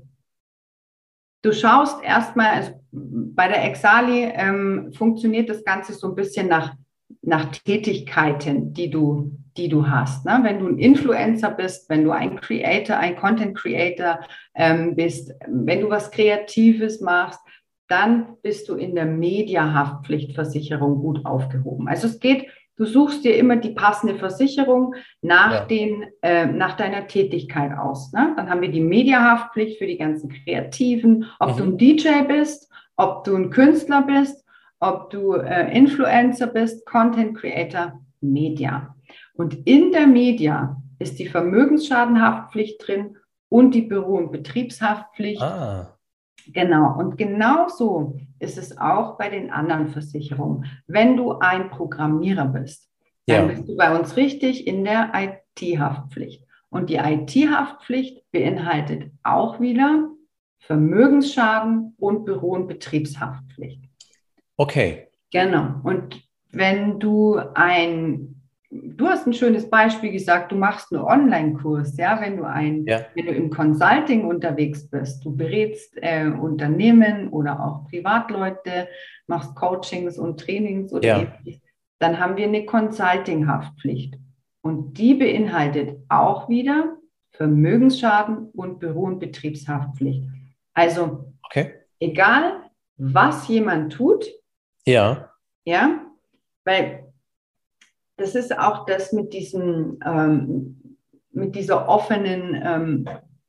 du schaust erstmal, also bei der Exali ähm, funktioniert das Ganze so ein bisschen nach, nach Tätigkeiten, die du, die du hast. Ne? Wenn du ein Influencer bist, wenn du ein Creator, ein Content Creator ähm, bist, wenn du was Kreatives machst, dann bist du in der Media-Haftpflichtversicherung gut aufgehoben. Also es geht, du suchst dir immer die passende Versicherung nach, ja. den, äh, nach deiner Tätigkeit aus. Ne? Dann haben wir die Media-Haftpflicht für die ganzen Kreativen, ob mhm. du ein D J bist, ob du ein Künstler bist, ob du äh, Influencer bist, Content Creator, Media. Und in der Media ist die Vermögensschadenhaftpflicht drin und die Büro- und Betriebshaftpflicht. Ah. Genau. Und genauso ist es auch bei den anderen Versicherungen. Wenn du ein Programmierer bist, dann ja. bist du bei uns richtig in der I T-Haftpflicht. Und die I T-Haftpflicht beinhaltet auch wieder Vermögensschaden und Büro- und Betriebshaftpflicht. Okay. Genau. Und wenn du ein, du hast ein schönes Beispiel gesagt, du machst einen Online-Kurs, ja, wenn du ein, ja. wenn du im Consulting unterwegs bist, du berätst äh, Unternehmen oder auch Privatleute, machst Coachings und Trainings oder ja. ähnliches, dann haben wir eine Consulting-Haftpflicht. Und die beinhaltet auch wieder Vermögensschaden und Büro- und Betriebshaftpflicht. Also, okay. egal, was jemand tut, ja, ja, weil das ist auch das mit diesem, ähm, mit dieser offenen ähm,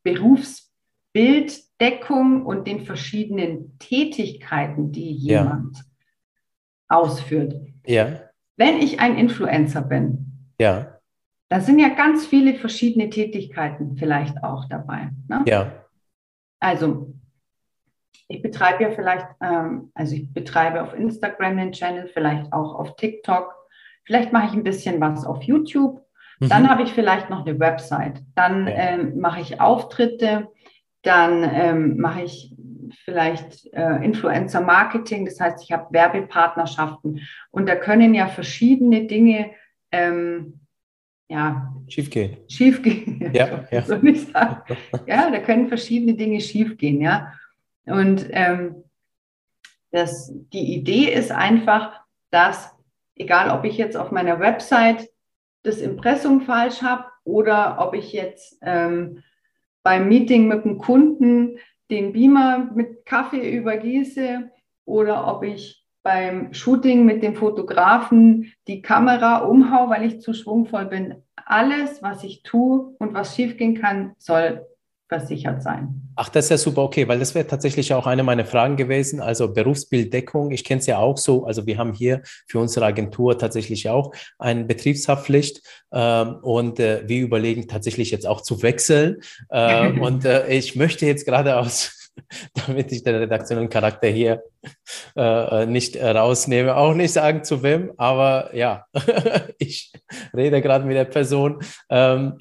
Berufsbilddeckung und den verschiedenen Tätigkeiten, die jemand ja. ausführt. Ja. Wenn ich ein Influencer bin, ja. da sind ja ganz viele verschiedene Tätigkeiten vielleicht auch dabei. Ne? Ja. Also ich betreibe ja vielleicht, ähm, also ich betreibe auf Instagram den Channel, vielleicht auch auf TikTok. Vielleicht mache ich ein bisschen was auf YouTube. Mhm. Dann habe ich vielleicht noch eine Website. Dann ja. ähm, mache ich Auftritte. Dann ähm, mache ich vielleicht äh, Influencer-Marketing. Das heißt, ich habe Werbepartnerschaften. Und da können ja verschiedene Dinge ähm, ja, schiefgehen. Schiefgehen. Ja, ja. Soll ich sagen. Ja, da können verschiedene Dinge schiefgehen. Ja. Und ähm, das, die Idee ist einfach, dass, egal ob ich jetzt auf meiner Website das Impressum falsch habe oder ob ich jetzt ähm, beim Meeting mit dem Kunden den Beamer mit Kaffee übergieße oder ob ich beim Shooting mit dem Fotografen die Kamera umhau, weil ich zu schwungvoll bin. Alles, was ich tue und was schiefgehen kann, soll versichert sein. Ach, das ist ja super, okay, weil das wäre tatsächlich auch eine meiner Fragen gewesen. Also Berufsbilddeckung, ich kenne es ja auch so. Also wir haben hier für unsere Agentur tatsächlich auch eine Betriebshaftpflicht ähm, und äh, wir überlegen tatsächlich jetzt auch zu wechseln. Äh, und äh, ich möchte jetzt gerade aus, damit ich den redaktionellen Charakter hier äh, nicht rausnehme, auch nicht sagen zu wem, aber ja, ich rede gerade mit der Person. Ähm,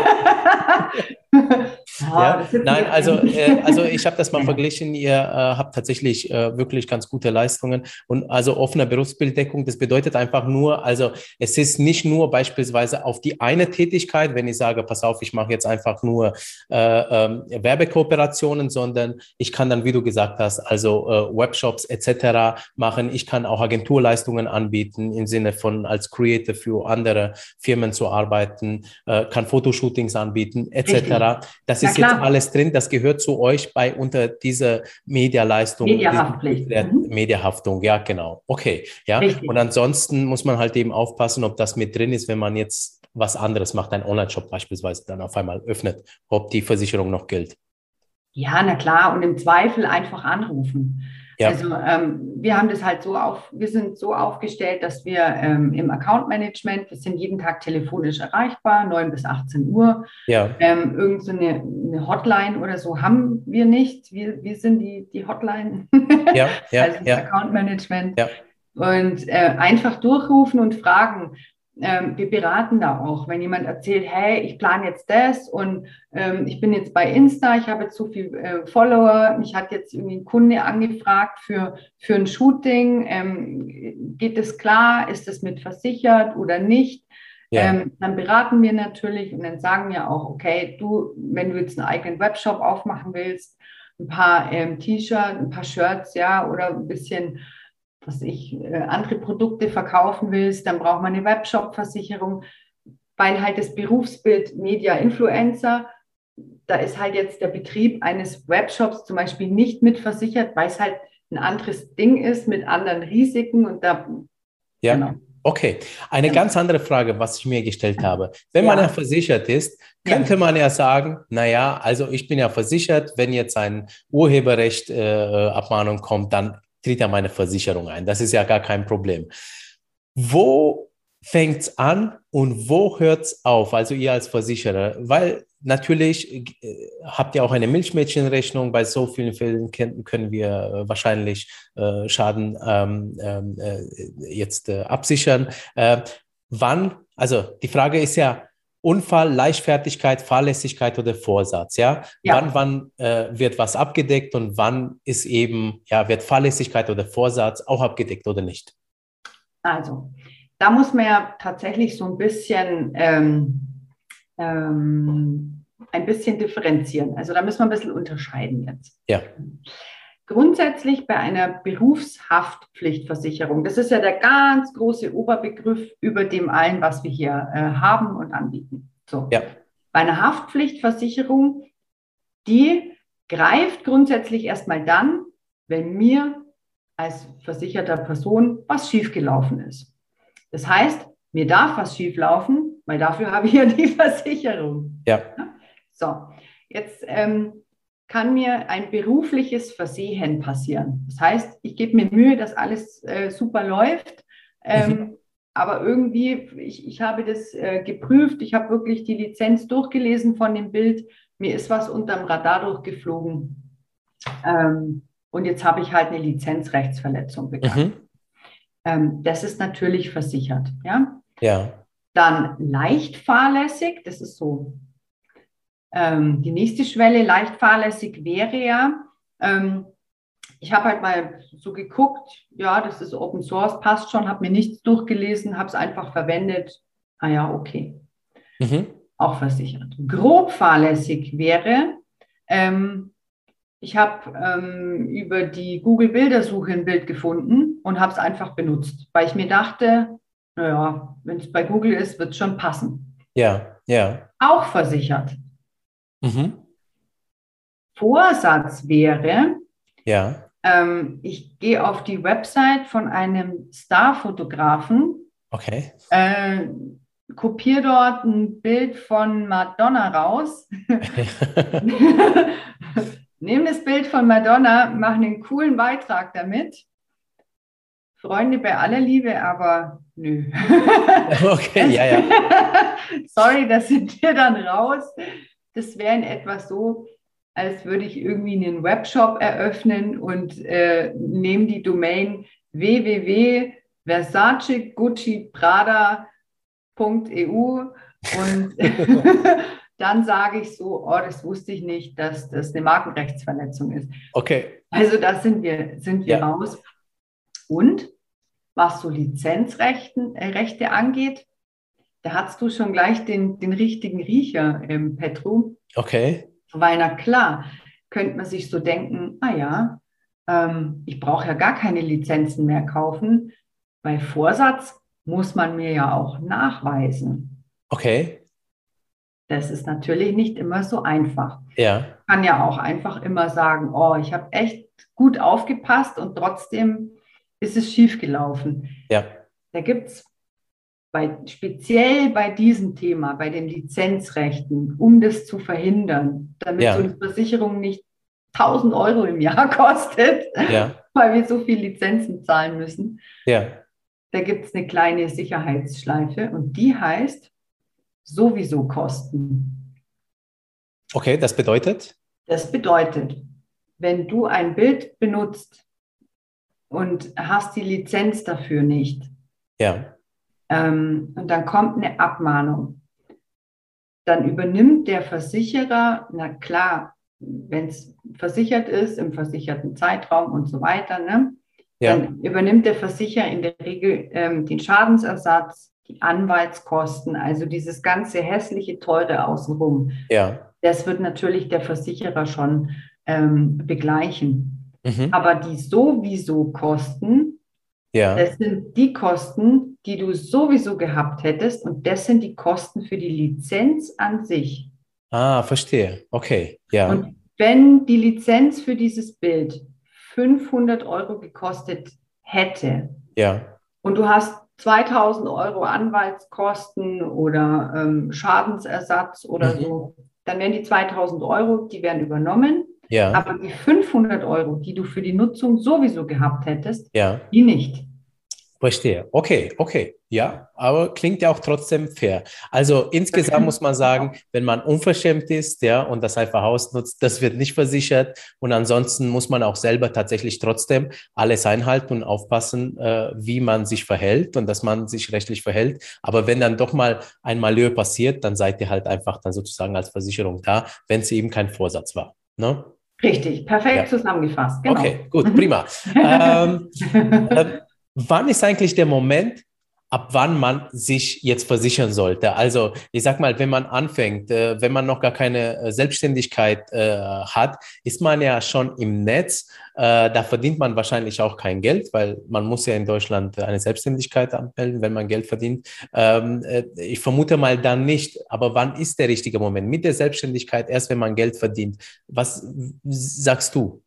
Ja, nein, also, äh, also ich habe das mal verglichen, ihr äh, habt tatsächlich äh, wirklich ganz gute Leistungen und also offene Berufsbilddeckung, das bedeutet einfach nur, also es ist nicht nur beispielsweise auf die eine Tätigkeit, wenn ich sage, pass auf, ich mache jetzt einfach nur äh, äh, Werbekooperationen, sondern ich kann dann, wie du gesagt hast, also äh, Webshops et cetera machen, ich kann auch Agenturleistungen anbieten, im Sinne von als Creator für andere Firmen zu arbeiten, äh, kann Fotoshootings anbieten, et Richtig. cetera. Das Na ist jetzt klar, alles drin, das gehört zu euch bei unter dieser Medialeistung, Mediahaftpflicht. der Mhm. Mediahaftung. Ja, genau. Okay, ja. Und Richtig. ansonsten muss man halt eben aufpassen, ob das mit drin ist, wenn man jetzt was anderes macht, ein Online-Shop beispielsweise dann auf einmal öffnet, ob die Versicherung noch gilt. Ja, na klar, und im Zweifel einfach anrufen. Ja, Also ähm, wir haben das halt so auf, wir sind so aufgestellt, dass wir ähm, im Account Management, wir sind jeden Tag telefonisch erreichbar, neun bis achtzehn Uhr. ja, Ähm, irgend so eine, eine Hotline oder so haben wir nicht. Wir, wir sind die, die Hotline, ja, ja, also das ja, Account Management. ja, Und äh, einfach durchrufen und fragen. Ähm, wir beraten da auch, wenn jemand erzählt, hey, ich plane jetzt das und ähm, ich bin jetzt bei Insta, ich habe jetzt so viele äh, Follower, mich hat jetzt irgendwie ein Kunde angefragt für, für ein Shooting, ähm, geht das klar, ist das mit versichert oder nicht? ja, Ähm, dann beraten wir natürlich und dann sagen wir auch, okay, du, wenn du jetzt einen eigenen Webshop aufmachen willst, ein paar ähm, T-Shirts, ein paar Shirts, ja, oder ein bisschen was ich, äh, andere Produkte verkaufen willst, dann braucht man eine Webshop-Versicherung, weil halt das Berufsbild Media-Influencer, da ist halt jetzt der Betrieb eines Webshops zum Beispiel nicht mit versichert, weil es halt ein anderes Ding ist mit anderen Risiken und da, ja. genau, Okay, eine genau. ganz andere Frage, was ich mir gestellt habe. Wenn man ja Ja, versichert ist, ja, könnte man ja sagen, naja, also ich bin ja versichert, wenn jetzt ein Urheberrecht äh, Abmahnung kommt, dann tritt ja meine Versicherung ein. Das ist ja gar kein Problem. Wo fängt es an und wo hört es auf? Also ihr als Versicherer, weil natürlich äh, habt ihr auch eine Milchmädchenrechnung. Bei so vielen Fällen können, können wir äh, wahrscheinlich äh, Schaden ähm, ähm, äh, jetzt äh, absichern. Äh, wann, also die Frage ist ja, Unfall, Leichtfertigkeit, Fahrlässigkeit oder Vorsatz, ja? Wann, ja. wann äh, wird was abgedeckt und wann ist eben, ja, wird Fahrlässigkeit oder Vorsatz auch abgedeckt oder nicht? Also, da muss man ja tatsächlich so ein bisschen, ähm, ähm, ein bisschen differenzieren. Also da müssen wir ein bisschen unterscheiden jetzt. Ja, Grundsätzlich bei einer Berufshaftpflichtversicherung, das ist ja der ganz große Oberbegriff über dem allen, was wir hier äh, haben und anbieten. So. ja, Bei einer Haftpflichtversicherung, die greift grundsätzlich erstmal dann, wenn mir als versicherter Person was schiefgelaufen ist. Das heißt, mir darf was schieflaufen, weil dafür habe ich ja die Versicherung. ja. So, jetzt ähm, kann mir ein berufliches Versehen passieren. Das heißt, ich gebe mir Mühe, dass alles äh, super läuft, Mhm. ähm, aber irgendwie, ich, ich habe das äh, geprüft, ich habe wirklich die Lizenz durchgelesen von dem Bild, mir ist was unterm Radar durchgeflogen ähm, und jetzt habe ich halt eine Lizenzrechtsverletzung begangen. Mhm. Ähm, das ist natürlich versichert. Ja? Ja, Dann leicht fahrlässig, das ist so ähm, die nächste Schwelle. Leicht fahrlässig wäre ja, ähm, ich habe halt mal so geguckt, ja, das ist Open Source, passt schon, habe mir nichts durchgelesen, habe es einfach verwendet. Ah ja, okay, mhm. auch versichert. Grob fahrlässig wäre, ähm, ich habe ähm, über die Google-Bildersuche ein Bild gefunden und habe es einfach benutzt, weil ich mir dachte, naja, wenn es bei Google ist, wird es schon passen. Ja, ja, Auch versichert. mhm. Vorsatz wäre, Ja, ähm, ich gehe auf die Website von einem Starfotografen, okay. äh, kopiere dort ein Bild von Madonna raus, nehme das Bild von Madonna, mache einen coolen Beitrag damit. Freunde bei aller Liebe, aber nö. Okay, ja, ja. Sorry, das sind wir dann raus. Das wäre in etwa so, als würde ich irgendwie einen Webshop eröffnen und äh, nehme die Domain w w w punkt versace gucci prada punkt e u und dann sage ich so, oh, das wusste ich nicht, dass das eine Markenrechtsverletzung ist. Okay, Also da sind wir, sind wir ja, raus. Und was so Lizenzrechte äh, Rechte angeht, da hast du schon gleich den, den richtigen Riecher, ähm, Petru. okay, Weil na klar, könnte man sich so denken, ah ja, ähm, ich brauche ja gar keine Lizenzen mehr kaufen, weil Vorsatz muss man mir ja auch nachweisen. okay. Das ist natürlich nicht immer so einfach. Ja, Ich kann ja auch einfach immer sagen, oh, ich habe echt gut aufgepasst und trotzdem ist es schief gelaufen. ja, Da gibt es bei, speziell bei diesem Thema, bei den Lizenzrechten, um das zu verhindern, damit so eine ja, Versicherung nicht tausend Euro im Jahr kostet, ja, weil wir so viel Lizenzen zahlen müssen, ja. da gibt es eine kleine Sicherheitsschleife und die heißt sowieso Kosten. Okay, das bedeutet? Das bedeutet, wenn du ein Bild benutzt und hast die Lizenz dafür nicht, Ja, ähm, und dann kommt eine Abmahnung, dann übernimmt der Versicherer, na klar, wenn es versichert ist, im versicherten Zeitraum und so weiter, ne, ja, dann übernimmt der Versicherer in der Regel ähm, den Schadensersatz, die Anwaltskosten, also dieses ganze hässliche, teure außenrum. ja. Das wird natürlich der Versicherer schon ähm, begleichen. Mhm. Aber die sowieso Kosten, das Ja. sind die Kosten, die du sowieso gehabt hättest und das sind die Kosten für die Lizenz an sich. Ah, verstehe. Okay, ja, Und wenn die Lizenz für dieses Bild fünfhundert Euro gekostet hätte ja. und du hast zweitausend Euro Anwaltskosten oder ähm, Schadensersatz oder Mhm. so, dann wären die zweitausend Euro, die werden übernommen, Ja, aber die fünfhundert Euro, die du für die Nutzung sowieso gehabt hättest, ja. die nicht. Verstehe. Okay, okay. Ja, aber klingt ja auch trotzdem fair. Also insgesamt muss man sagen, wenn man unverschämt ist, ja, und das einfach ausnutzt, das wird nicht versichert. Und ansonsten muss man auch selber tatsächlich trotzdem alles einhalten und aufpassen, äh, wie man sich verhält und dass man sich rechtlich verhält. Aber wenn dann doch mal ein Malheur passiert, dann seid ihr halt einfach dann sozusagen als Versicherung da, wenn es eben kein Vorsatz war. Ne? Richtig, Ja. perfekt zusammengefasst, genau. Okay, gut, Mhm. prima. Ähm, ähm, wann ist eigentlich der Moment, ab wann man sich jetzt versichern sollte? Also, ich sag mal, wenn man anfängt, äh, wenn man noch gar keine äh, Selbstständigkeit äh, hat, ist man ja schon im Netz. Äh, da verdient man wahrscheinlich auch kein Geld, weil man muss ja in Deutschland eine Selbstständigkeit anmelden, wenn man Geld verdient. Ähm, äh, ich vermute mal dann nicht. Aber wann ist der richtige Moment? Mit der Selbstständigkeit, erst wenn man Geld verdient. Was sagst du?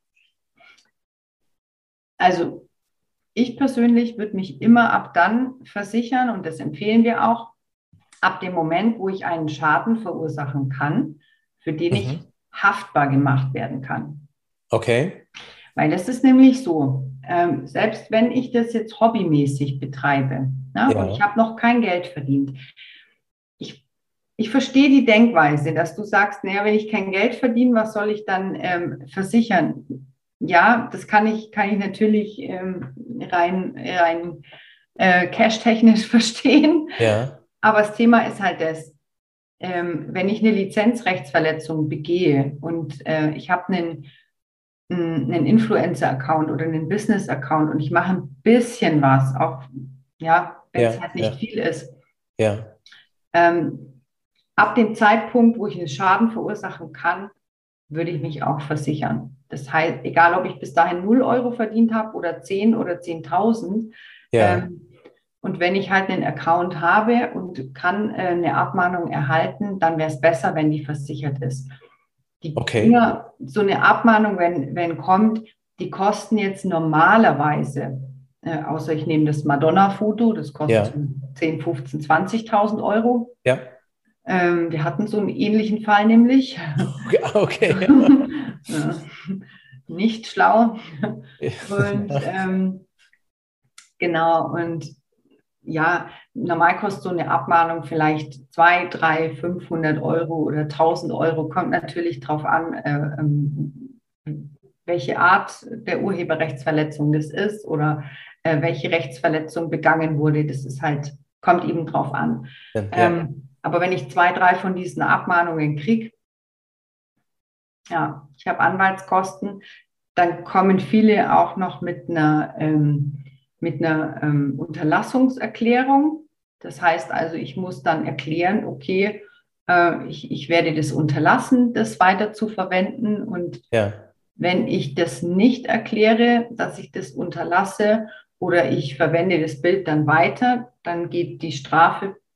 Also ich persönlich würde mich immer ab dann versichern und das empfehlen wir auch, ab dem Moment, wo ich einen Schaden verursachen kann, für den ich Mhm. haftbar gemacht werden kann. Okay. Weil das ist nämlich so, ähm, selbst wenn ich das jetzt hobbymäßig betreibe, ne, und ich Ja. habe noch kein Geld verdient, ich, ich verstehe die Denkweise, dass du sagst, naja, wenn ich kein Geld verdiene, was soll ich dann ähm, versichern? Ja, das kann ich, kann ich natürlich ähm, rein, rein äh, cash-technisch verstehen. Ja, Aber das Thema ist halt das, ähm, wenn ich eine Lizenzrechtsverletzung begehe und äh, ich habe einen, einen Influencer-Account oder einen Business-Account und ich mache ein bisschen was, auch ja, wenn es ja, halt nicht ja, viel ist, ja. ähm, ab dem Zeitpunkt, wo ich einen Schaden verursachen kann, würde ich mich auch versichern. Das heißt, egal ob ich bis dahin null Euro verdient habe oder zehn oder zehntausend, Ja, ähm, und wenn ich halt einen Account habe und kann äh, eine Abmahnung erhalten, dann wäre es besser, wenn die versichert ist. Die okay. Dinger, so eine Abmahnung, wenn, wenn kommt, die kosten jetzt normalerweise, äh, außer ich nehme das Madonna-Foto, das kostet Ja, zehn, fünfzehn, zwanzigtausend Euro. ja. Ähm, wir hatten so einen ähnlichen Fall nämlich. Okay. Ja, nicht schlau. Und ähm, genau, und ja, normal kostet so eine Abmahnung vielleicht zwei, drei, fünfhundert Euro oder tausend Euro. Kommt natürlich darauf an, äh, ähm, welche Art der Urheberrechtsverletzung das ist oder äh, welche Rechtsverletzung begangen wurde. Das ist halt, kommt eben drauf an. Ja, Ähm, aber wenn ich zwei, drei von diesen Abmahnungen kriege, ja, ich habe Anwaltskosten, dann kommen viele auch noch mit einer, ähm, mit einer ähm, Unterlassungserklärung. Das heißt also, ich muss dann erklären, okay, äh, ich, ich werde das unterlassen, das weiter zu verwenden. Und ja. wenn ich das nicht erkläre, dass ich das unterlasse oder ich verwende das Bild dann weiter, dann geht die Strafe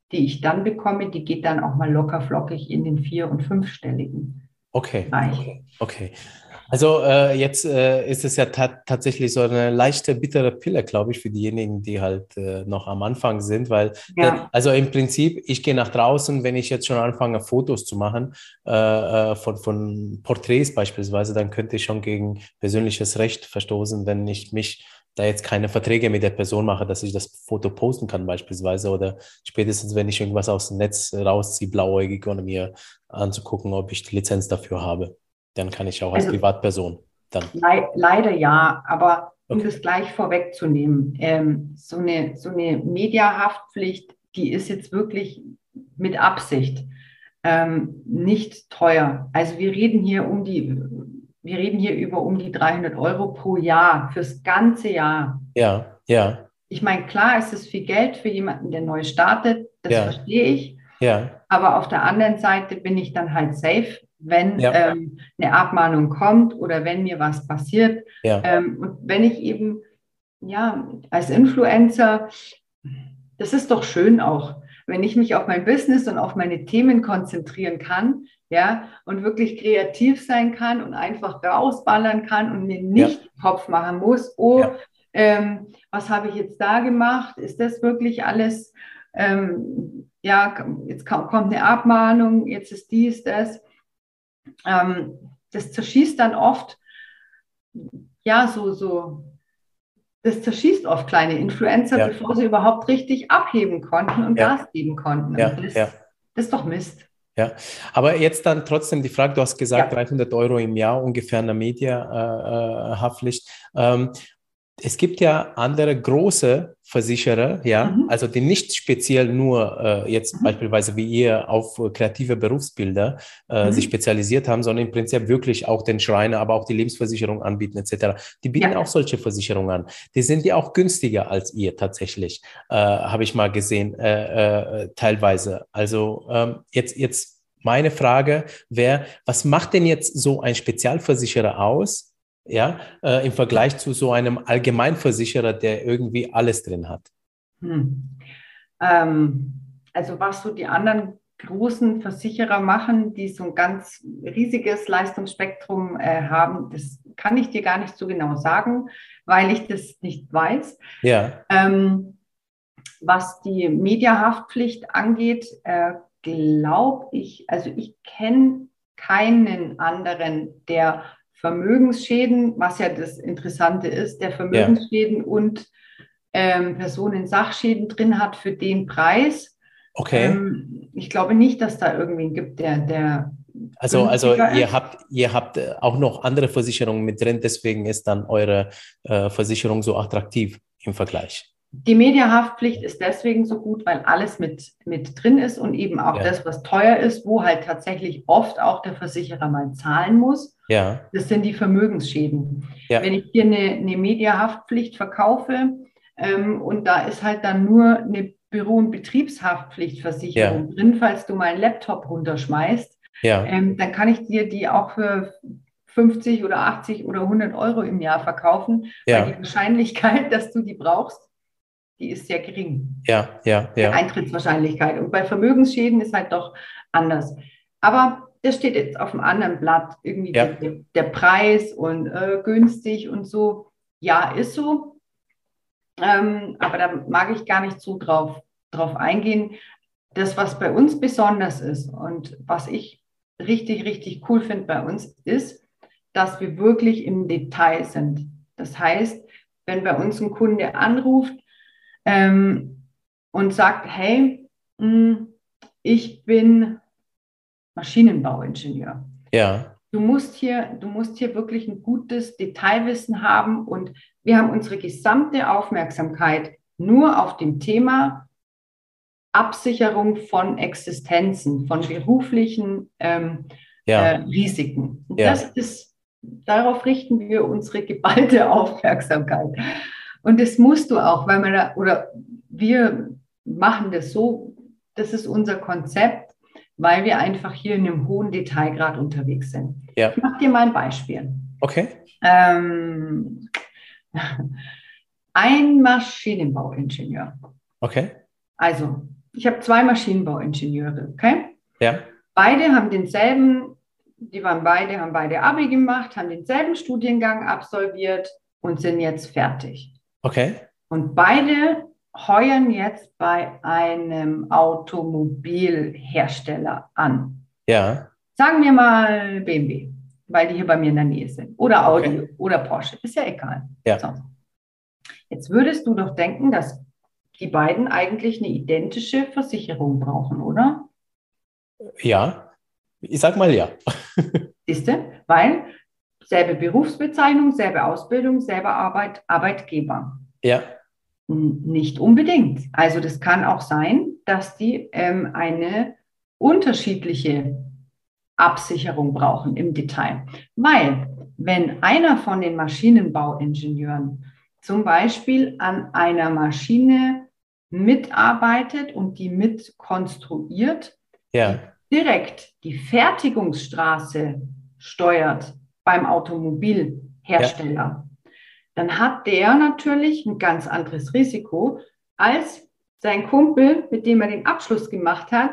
die ich dann bekomme, die geht dann auch mal locker flockig in den vier- und fünfstelligen Okay, Bereich. okay, okay. Also äh, jetzt äh, ist es ja ta tatsächlich so eine leichte bittere Pille, glaube ich, für diejenigen, die halt äh, noch am Anfang sind, weil äh, Ja, also im Prinzip, ich gehe nach draußen, wenn ich jetzt schon anfange, Fotos zu machen äh, äh, von, von Porträts beispielsweise, dann könnte ich schon gegen persönliches Recht verstoßen, wenn ich mich da jetzt keine Verträge mit der Person mache, dass ich das Foto posten kann beispielsweise oder spätestens, wenn ich irgendwas aus dem Netz rausziehe, blauäugig, ohne mir anzugucken, ob ich die Lizenz dafür habe. Dann kann ich auch als also Privatperson dann. Le leider ja, aber um Okay. das gleich vorwegzunehmen, ähm, so eine, so eine Mediahaftpflicht, die ist jetzt wirklich mit Absicht ähm, nicht teuer. Also wir reden hier um die, wir reden hier über um die dreihundert Euro pro Jahr fürs ganze Jahr. Ja, ja, Ich meine, klar ist es viel Geld für jemanden, der neu startet, das ja, verstehe ich. ja, Aber auf der anderen Seite bin ich dann halt safe, wenn ja, ähm, eine Abmahnung kommt oder wenn mir was passiert. ja, Ähm, und wenn ich eben, ja, als Influencer, das ist doch schön auch, wenn ich mich auf mein Business und auf meine Themen konzentrieren kann, ja, und wirklich kreativ sein kann und einfach rausballern kann und mir ja, nicht den Kopf machen muss, oh, ja, ähm, was habe ich jetzt da gemacht? Ist das wirklich alles, ähm, ja, jetzt kommt eine Abmahnung, jetzt ist dies, das. Ähm, das zerschießt dann oft, ja, so, so, das zerschießt oft kleine Influencer, ja, bevor sie überhaupt richtig abheben konnten und ja, Gas geben konnten. Und ja, ja. das, das ist doch Mist. Ja, aber jetzt dann trotzdem die Frage, du hast gesagt, Ja. dreihundert Euro im Jahr ungefähr eine Media-Haftpflicht. Ähm, es gibt ja andere große Versicherer, ja, Mhm. also die nicht speziell nur äh, jetzt Mhm. beispielsweise wie ihr auf äh, kreative Berufsbilder äh, sich Mhm. spezialisiert haben, sondern im Prinzip wirklich auch den Schreiner, aber auch die Lebensversicherung anbieten et cetera. Die bieten auch Ja. solche Versicherungen an. Die sind ja auch günstiger als ihr tatsächlich, äh, habe ich mal gesehen, äh, äh, teilweise. Also ähm, jetzt, jetzt meine Frage wäre, was macht denn jetzt so ein Spezialversicherer aus? Ja, äh, im Vergleich zu so einem Allgemeinversicherer, der irgendwie alles drin hat. Hm. Ähm, also was so die anderen großen Versicherer machen, die so ein ganz riesiges Leistungsspektrum äh, haben, das kann ich dir gar nicht so genau sagen, weil ich das nicht weiß. Ja, Ähm, was die Mediahaftpflicht angeht, äh, glaube ich, also ich kenne keinen anderen, der Vermögensschäden, was ja das Interessante ist, der ja, Vermögensschäden und ähm, Personensachschäden drin hat für den Preis. okay. Ähm, ich glaube nicht, dass da irgendwen gibt, der, der Also, also günstiger ihr ist. habt, ihr habt äh, auch noch andere Versicherungen mit drin, deswegen ist dann eure äh, Versicherung so attraktiv im Vergleich. Die Mediahaftpflicht ist deswegen so gut, weil alles mit, mit drin ist und eben auch Ja, das, was teuer ist, wo halt tatsächlich oft auch der Versicherer mal zahlen muss. ja, Das sind die Vermögensschäden. Wenn ja, ich hier eine, eine Mediahaftpflicht verkaufe ähm, und da ist halt dann nur eine Büro- und ja, Betriebshaftpflichtversicherung drin, falls du meinen Laptop runterschmeißt, ja, ähm, dann kann ich dir die auch für fünfzig oder achtzig oder hundert Euro im Jahr verkaufen, weil die ja, Wahrscheinlichkeit, dass du die brauchst, die ist sehr gering, ja, ja, die ja, Eintrittswahrscheinlichkeit. Und bei Vermögensschäden ist halt doch anders. Aber das steht jetzt auf einem anderen Blatt, irgendwie der, ja, der, der Preis und äh, günstig und so. Ja, ist so. Ähm, aber da mag ich gar nicht so drauf, drauf eingehen. Das, was bei uns besonders ist und was ich richtig, richtig cool finde bei uns, ist, dass wir wirklich im Detail sind. Das heißt, wenn bei uns ein Kunde anruft, ähm, und sagt, hey, mh, ich bin Maschinenbauingenieur. ja, Du musst hier, du musst hier wirklich ein gutes Detailwissen haben und wir haben unsere gesamte Aufmerksamkeit nur auf dem Thema Absicherung von Existenzen, von beruflichen ähm, äh, ja, Risiken. Und das ja, ist, darauf richten wir unsere geballte Aufmerksamkeit. Und das musst du auch, weil man da, oder wir machen das so, das ist unser Konzept, weil wir einfach hier in einem hohen Detailgrad unterwegs sind. Ich ja, mache dir mal ein Beispiel. okay, Ähm, ein Maschinenbauingenieur. okay, Also, ich habe zwei Maschinenbauingenieure, okay? Ja. Beide haben denselben, die waren beide, haben beide Abi gemacht, haben denselben Studiengang absolviert und sind jetzt fertig. Okay. Und beide heuern jetzt bei einem Automobilhersteller an. Ja. Sagen wir mal B M W, weil die hier bei mir in der Nähe sind. Oder Audi Okay. oder Porsche, ist ja egal. Ja. So. Jetzt würdest du doch denken, dass die beiden eigentlich eine identische Versicherung brauchen, oder? Ja. Ich sag mal ja. Siehst du? Weil selbe Berufsbezeichnung, selbe Ausbildung, selber Arbeit, Arbeitgeber. Ja. Nicht unbedingt. Also das kann auch sein, dass die ähm, eine unterschiedliche Absicherung brauchen im Detail. Weil wenn einer von den Maschinenbauingenieuren zum Beispiel an einer Maschine mitarbeitet und die mit konstruiert, Ja. direkt die Fertigungsstraße steuert beim Automobilhersteller, Ja. dann hat der natürlich ein ganz anderes Risiko als sein Kumpel, mit dem er den Abschluss gemacht hat,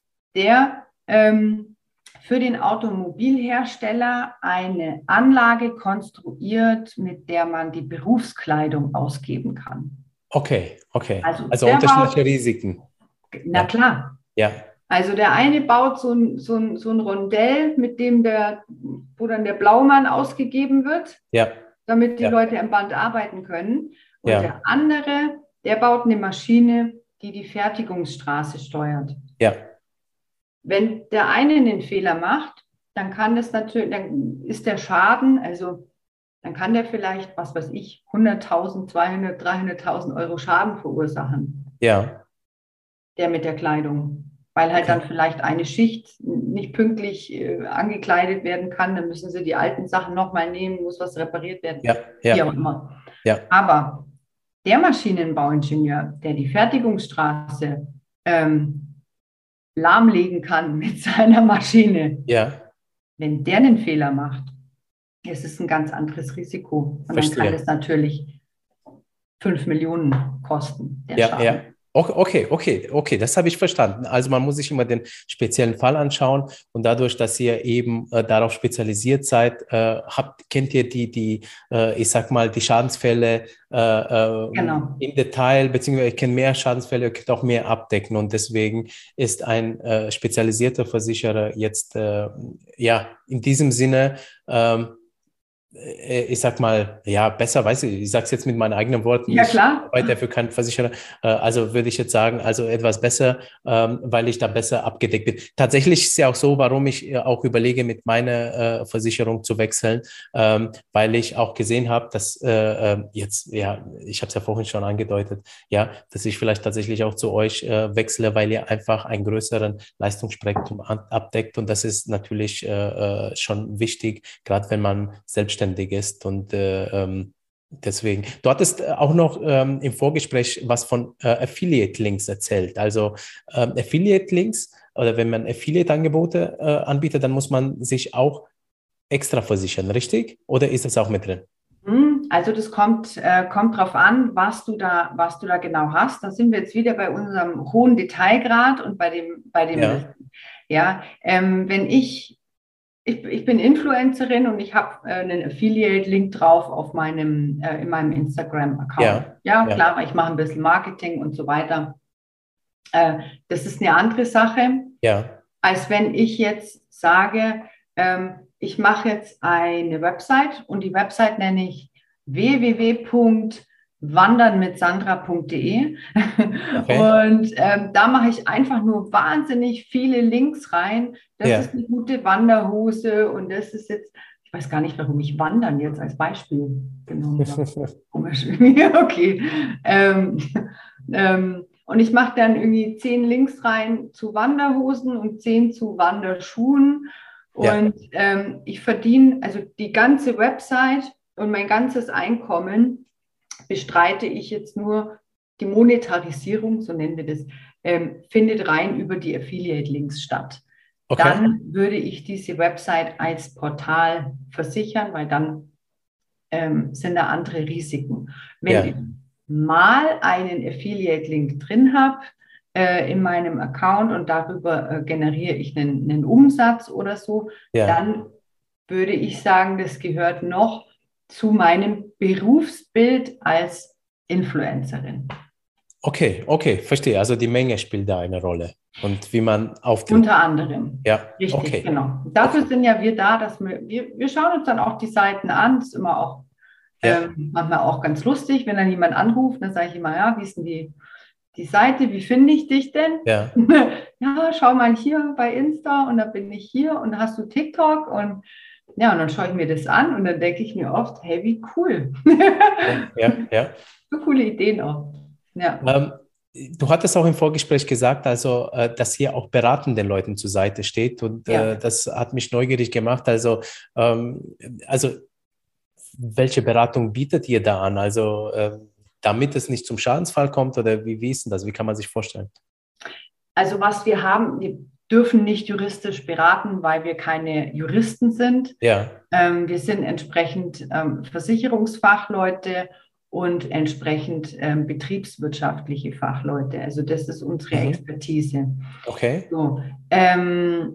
der ähm, für den Automobilhersteller eine Anlage konstruiert, mit der man die Berufskleidung ausgeben kann. Okay, okay. Also, Also der unterschiedliche baut, Risiken. na Ja. klar. Ja. Also der eine baut so ein, so ein, so ein Rondell, mit dem der, wo dann der Blaumann ausgegeben wird, Ja. damit die Ja. Leute am Band arbeiten können. Und Ja. der andere, der baut eine Maschine, die die Fertigungsstraße steuert. Ja. Wenn der eine einen Fehler macht, dann kann das natürlich, dann ist der Schaden, also dann kann der vielleicht, was weiß ich, hunderttausend, zweihundert, dreihunderttausend Euro Schaden verursachen, Ja. der mit der Kleidung. Weil halt Okay. dann vielleicht eine Schicht nicht pünktlich äh, angekleidet werden kann, dann müssen sie die alten Sachen nochmal nehmen, muss was repariert werden, Ja. wie auch Ja. immer. Ja. Aber der Maschinenbauingenieur, der die Fertigungsstraße ähm, lahmlegen kann mit seiner Maschine, Ja. wenn der einen Fehler macht, ist es ein ganz anderes Risiko. Und dann kann Verstehe. das natürlich fünf Millionen kosten, der Ja, Schaden. ja. Okay, okay, okay, okay, das habe ich verstanden. Also man muss sich immer den speziellen Fall anschauen und dadurch, dass ihr eben äh, darauf spezialisiert seid, äh, habt, kennt ihr die, die äh, ich sag mal, die Schadensfälle äh, äh, Genau. im Detail, beziehungsweise ihr kennt mehr Schadensfälle, ihr könnt auch mehr abdecken und deswegen ist ein äh, spezialisierter Versicherer jetzt, äh, ja, in diesem Sinne, ähm, ich sag mal, ja, besser, weiß ich, ich sage es jetzt mit meinen eigenen Worten, Ja, ich klar. arbeite für keinen Versicherer, also würde ich jetzt sagen, also etwas besser, weil ich da besser abgedeckt bin. Tatsächlich ist es ja auch so, warum ich auch überlege, mit meiner Versicherung zu wechseln, weil ich auch gesehen habe, dass jetzt, ja, ich habe es ja vorhin schon angedeutet, ja, dass ich vielleicht tatsächlich auch zu euch wechsle, weil ihr einfach einen größeren Leistungsspektrum abdeckt und das ist natürlich schon wichtig, gerade wenn man selbstständig ist und äh, ähm, deswegen. Du hattest auch noch ähm, im Vorgespräch was von äh, Affiliate-Links erzählt. Also ähm, Affiliate-Links oder wenn man Affiliate-Angebote äh, anbietet, dann muss man sich auch extra versichern, richtig? Oder ist das auch mit drin? Also das kommt, äh, kommt drauf an, was du da, was du da genau hast. Da sind wir jetzt wieder bei unserem hohen Detailgrad und bei dem, bei dem Ja. Wissen. Ja, ähm, wenn ich Ich, ich bin Influencerin und ich habe äh, einen Affiliate-Link drauf auf meinem, äh, in meinem Instagram-Account. Ja, Ja, ja. klar, ich mache ein bisschen Marketing und so weiter. Äh, das ist eine andere Sache, Ja, als wenn ich jetzt sage, ähm, ich mache jetzt eine Website und die Website nenne ich w w w punkt wandern mit sandra punkt de okay. und ähm, da mache ich einfach nur wahnsinnig viele Links rein. Das Ja, ist eine gute Wanderhose und das ist jetzt, ich weiß gar nicht, warum ich Wandern jetzt als Beispiel genommen habe. Komisch. Okay. Ähm, ähm, und ich mache dann irgendwie zehn Links rein zu Wanderhosen und zehn zu Wanderschuhen. ja, Und ähm, ich verdiene, also die ganze Website und mein ganzes Einkommen bestreite ich jetzt nur, die Monetarisierung, so nennen wir das, ähm, findet rein über die Affiliate-Links statt. okay. Dann würde ich diese Website als Portal versichern, weil dann ähm, sind da andere Risiken. Wenn Ja, ich mal einen Affiliate-Link drin habe, äh, in meinem Account und darüber äh, generiere ich einen, einen Umsatz oder so, Ja. dann würde ich sagen, das gehört noch zu meinem Berufsbild als Influencerin. Okay, okay, verstehe. Also die Menge spielt da eine Rolle und wie man auftritt. Unter anderem. Ja, Richtig, okay, genau. Dafür okay. sind ja wir da, dass wir, wir, wir schauen uns dann auch die Seiten an. Das ist immer auch Ja, ähm, manchmal auch ganz lustig, wenn dann jemand anruft, dann sage ich immer, ja, wie ist denn die, die Seite, wie finde ich dich denn? ja. Ja, schau mal hier bei Insta und dann bin ich hier und hast du TikTok und ja, und dann schaue ich mir das an und dann denke ich mir oft, hey, wie cool. Ja, ja, ja. So coole Ideen auch. Ja, Ähm, Du hattest auch im Vorgespräch gesagt, also, äh, dass ihr auch beratenden Leuten zur Seite steht und äh, ja. das hat mich neugierig gemacht. Also, ähm, also welche Beratung bietet ihr da an? Also, ähm, damit es nicht zum Schadensfall kommt oder wie, wie ist denn das? Wie kann man sich vorstellen? Also was wir haben, wir dürfen nicht juristisch beraten, weil wir keine Juristen sind. Ja. Ähm, wir sind entsprechend ähm, Versicherungsfachleute und entsprechend ähm, betriebswirtschaftliche Fachleute. Also das ist unsere Mhm. Expertise. Okay. So, ähm,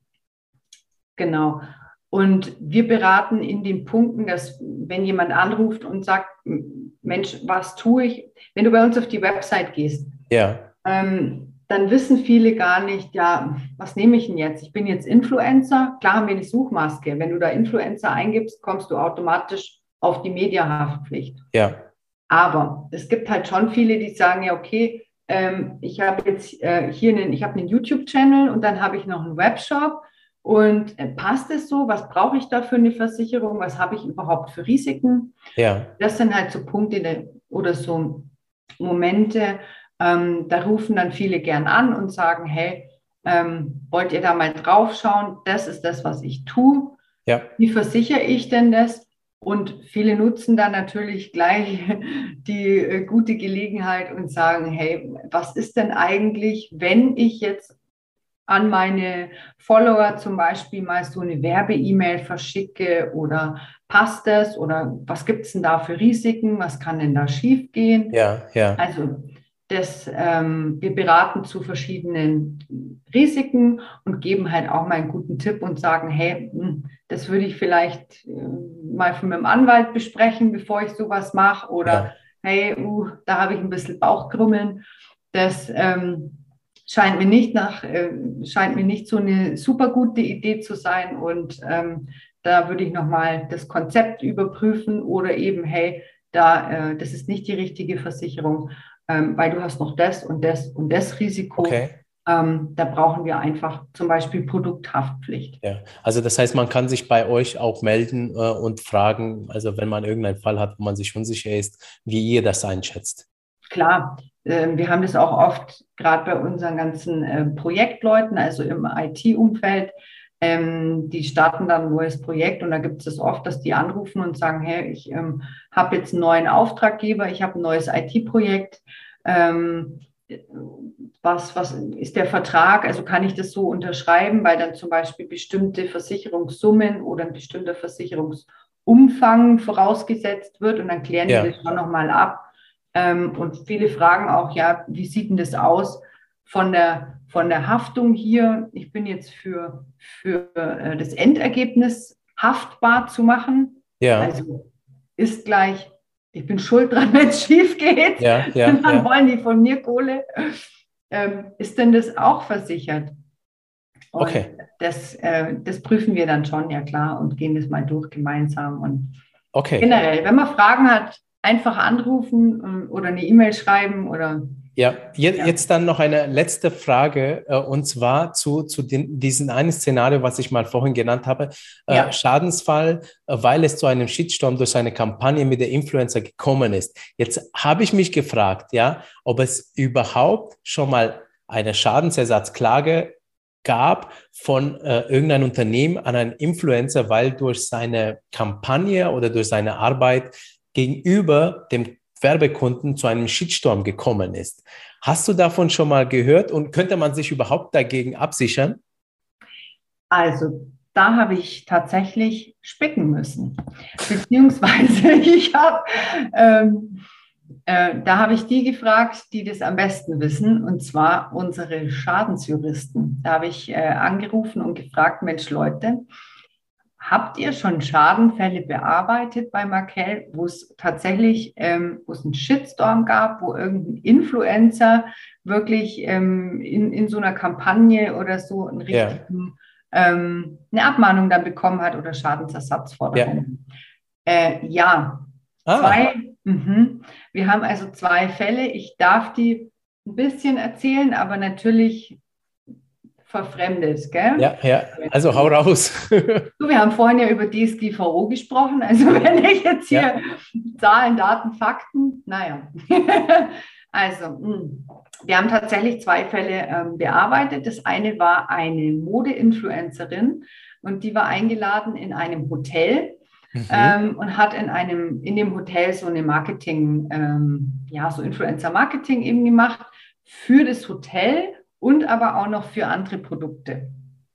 genau. Und wir beraten in den Punkten, dass wenn jemand anruft und sagt, Mensch, was tue ich? Wenn du bei uns auf die Website gehst, Ja. ähm, dann wissen viele gar nicht, ja, was nehme ich denn jetzt? Ich bin jetzt Influencer. Klar haben wir eine Suchmaske. Wenn du da Influencer eingibst, kommst du automatisch auf die Mediahaftpflicht. Ja. Aber es gibt halt schon viele, die sagen, ja, okay, ähm, ich habe jetzt äh, hier einen, ich habe einen YouTube-Channel und dann habe ich noch einen Webshop. Und äh, passt es so? Was brauche ich da für eine Versicherung? Was habe ich überhaupt für Risiken? Ja. Das sind halt so Punkte oder so Momente, ähm, da rufen dann viele gern an und sagen, hey, ähm, wollt ihr da mal drauf schauen? Das ist das, was ich tue. Ja. Wie versichere ich denn das? Und viele nutzen dann natürlich gleich die äh, gute Gelegenheit und sagen, hey, was ist denn eigentlich, wenn ich jetzt an meine Follower zum Beispiel mal so eine Werbe-E-Mail verschicke oder passt das oder was gibt es denn da für Risiken, was kann denn da schiefgehen? Ja. Ja. Also das, ähm, wir beraten zu verschiedenen Risiken und geben halt auch mal einen guten Tipp und sagen, hey, das würde ich vielleicht äh, mal von meinem Anwalt besprechen, bevor ich sowas mache oder Ja. hey, uh, da habe ich ein bisschen Bauchkrummeln. Das ähm, scheint mir nicht nach, äh, scheint mir nicht so eine super gute Idee zu sein und ähm, da würde ich nochmal das Konzept überprüfen oder eben, hey, da, äh, das ist nicht die richtige Versicherung, ähm, weil du hast noch das und das und das Risiko. Okay. Ähm, da brauchen wir einfach zum Beispiel Produkthaftpflicht. Ja, also das heißt, man kann sich bei euch auch melden äh, und fragen, also wenn man irgendeinen Fall hat, wo man sich unsicher ist, wie ihr das einschätzt. Klar, äh, wir haben das auch oft, gerade bei unseren ganzen äh, Projektleuten, also im I T-Umfeld, ähm, die starten dann ein neues Projekt und da gibt es oft, dass die anrufen und sagen, hey, ich ähm, habe jetzt einen neuen Auftraggeber, ich habe ein neues I T-Projekt. Ähm, was, was ist der Vertrag? Also kann ich das so unterschreiben, weil dann zum Beispiel bestimmte Versicherungssummen oder ein bestimmter Versicherungsumfang vorausgesetzt wird und dann klären die das Ja, schon nochmal ab. Ähm, und viele fragen auch, ja, wie sieht denn das aus von der, von der Haftung hier? Ich bin jetzt für, für äh, das Endergebnis haftbar zu machen. ja, Also ist gleich, ich bin schuld dran, wenn es schief geht. ja, ja, Dann ja. wollen die von mir Kohle. Ähm, ist denn das auch versichert? Und Okay, das, äh, das prüfen wir dann schon, ja klar, und gehen das mal durch gemeinsam. Und okay. generell, wenn man Fragen hat, einfach anrufen ähm, oder eine E-Mail schreiben oder Ja, je- ja, jetzt dann noch eine letzte Frage, äh, und zwar zu, zu den, diesem einen Szenario, was ich mal vorhin genannt habe, äh, ja. Schadensfall, äh, weil es zu einem Shitstorm durch eine Kampagne mit der Influencer gekommen ist. Jetzt habe ich mich gefragt, ja, ob es überhaupt schon mal eine Schadensersatzklage gab von äh, irgendeinem Unternehmen an einen Influencer, weil durch seine Kampagne oder durch seine Arbeit gegenüber dem Werbekunden zu einem Shitstorm gekommen ist. Hast du davon schon mal gehört und könnte man sich überhaupt dagegen absichern? Also da habe ich tatsächlich spicken müssen. Beziehungsweise ich habe ähm, Äh, da habe ich die gefragt, die das am besten wissen, und zwar unsere Schadensjuristen. Da habe ich äh, angerufen und gefragt, Mensch Leute, habt ihr schon Schadenfälle bearbeitet bei Markel, wo es tatsächlich, ähm, wo es einen Shitstorm gab, wo irgendein Influencer wirklich ähm, in, in so einer Kampagne oder so einen Ja, richtigen, ähm, eine Abmahnung dann bekommen hat oder ja. Schadensersatzforderungen? Äh, ja, Ah, zwei. Mhm. Wir haben also zwei Fälle. Ich darf die ein bisschen erzählen, aber natürlich verfremdet, gell? ja, ja. Also hau raus. Du, wir haben vorhin ja über D S G V O gesprochen. Also wenn ich jetzt Ja. hier Zahlen, Daten, Fakten, naja. Also, mh. wir haben tatsächlich zwei Fälle ähm, bearbeitet. Das eine war eine Mode-Influencerin und die war eingeladen in einem Hotel Mhm. ähm, und hat in einem, in dem Hotel so eine Marketing, ähm, ja, so Influencer-Marketing eben gemacht für das Hotel und aber auch noch für andere Produkte.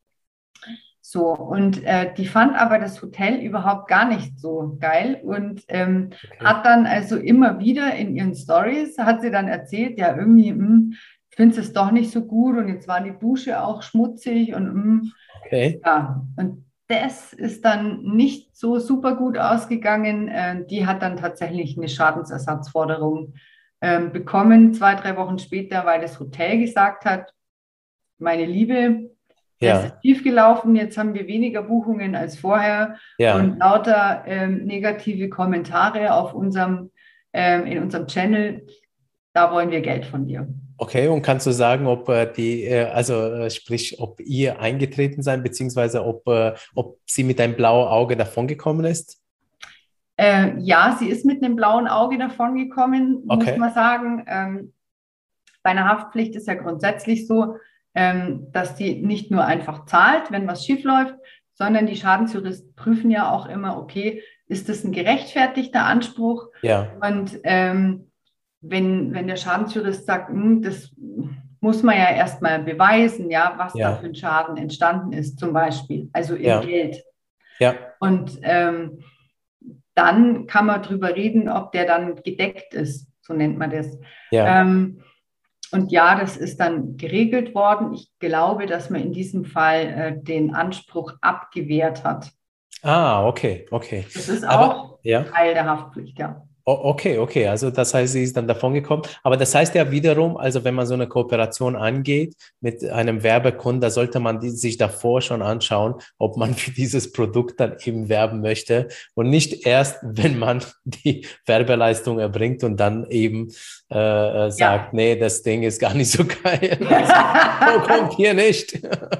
So, und äh, die fand aber das Hotel überhaupt gar nicht so geil und ähm, Okay. hat dann also immer wieder in ihren Stories, hat sie dann erzählt, ja, irgendwie, hm, ich finde es doch nicht so gut und jetzt war die Dusche auch schmutzig und hm, Okay. ja, und das ist dann nicht so super gut ausgegangen. Äh, die hat dann tatsächlich eine Schadensersatzforderung ähm, bekommen, zwei, drei Wochen später, weil das Hotel gesagt hat, meine Liebe, das ist Ja, schiefgelaufen, jetzt haben wir weniger Buchungen als vorher und ja. lauter ähm, negative Kommentare auf unserem, ähm, in unserem Channel, da wollen wir Geld von dir. Okay, und kannst du sagen, ob äh, die, äh, also äh, sprich, ob ihr eingetreten seid, beziehungsweise ob, äh, ob sie mit einem blauen Auge davongekommen ist? Äh, ja, sie ist mit einem blauen Auge davongekommen, muss Okay. man sagen. Ähm, bei einer Haftpflicht ist ja grundsätzlich so, ähm, dass die nicht nur einfach zahlt, wenn was schief läuft, sondern die Schadensjuristen prüfen ja auch immer, okay, ist das ein gerechtfertigter Anspruch? Ja, Und ähm, wenn, wenn der Schadensjurist sagt, hm, das muss man ja erstmal beweisen, ja, was da für ja, ein Schaden entstanden ist, zum Beispiel, also in ja, Geld. ja, Und ähm, dann kann man drüber reden, ob der dann gedeckt ist, so nennt man das. ja. Ähm, und ja, das ist dann geregelt worden. Ich glaube, dass man in diesem Fall äh, den Anspruch abgewehrt hat. Ah, okay, okay. Das ist Aber auch ja. Teil der Haftpflicht, ja. O- Okay, okay, also das heißt, sie ist dann davon gekommen. Aber das heißt ja wiederum, also wenn man so eine Kooperation angeht mit einem Werbekunden, da sollte man die, sich davor schon anschauen, ob man für dieses Produkt dann eben werben möchte und nicht erst, wenn man die Werbeleistung erbringt und dann eben äh, äh, sagt, Ja. nee, das Ding ist gar nicht so geil. Also, so kommt hier nicht.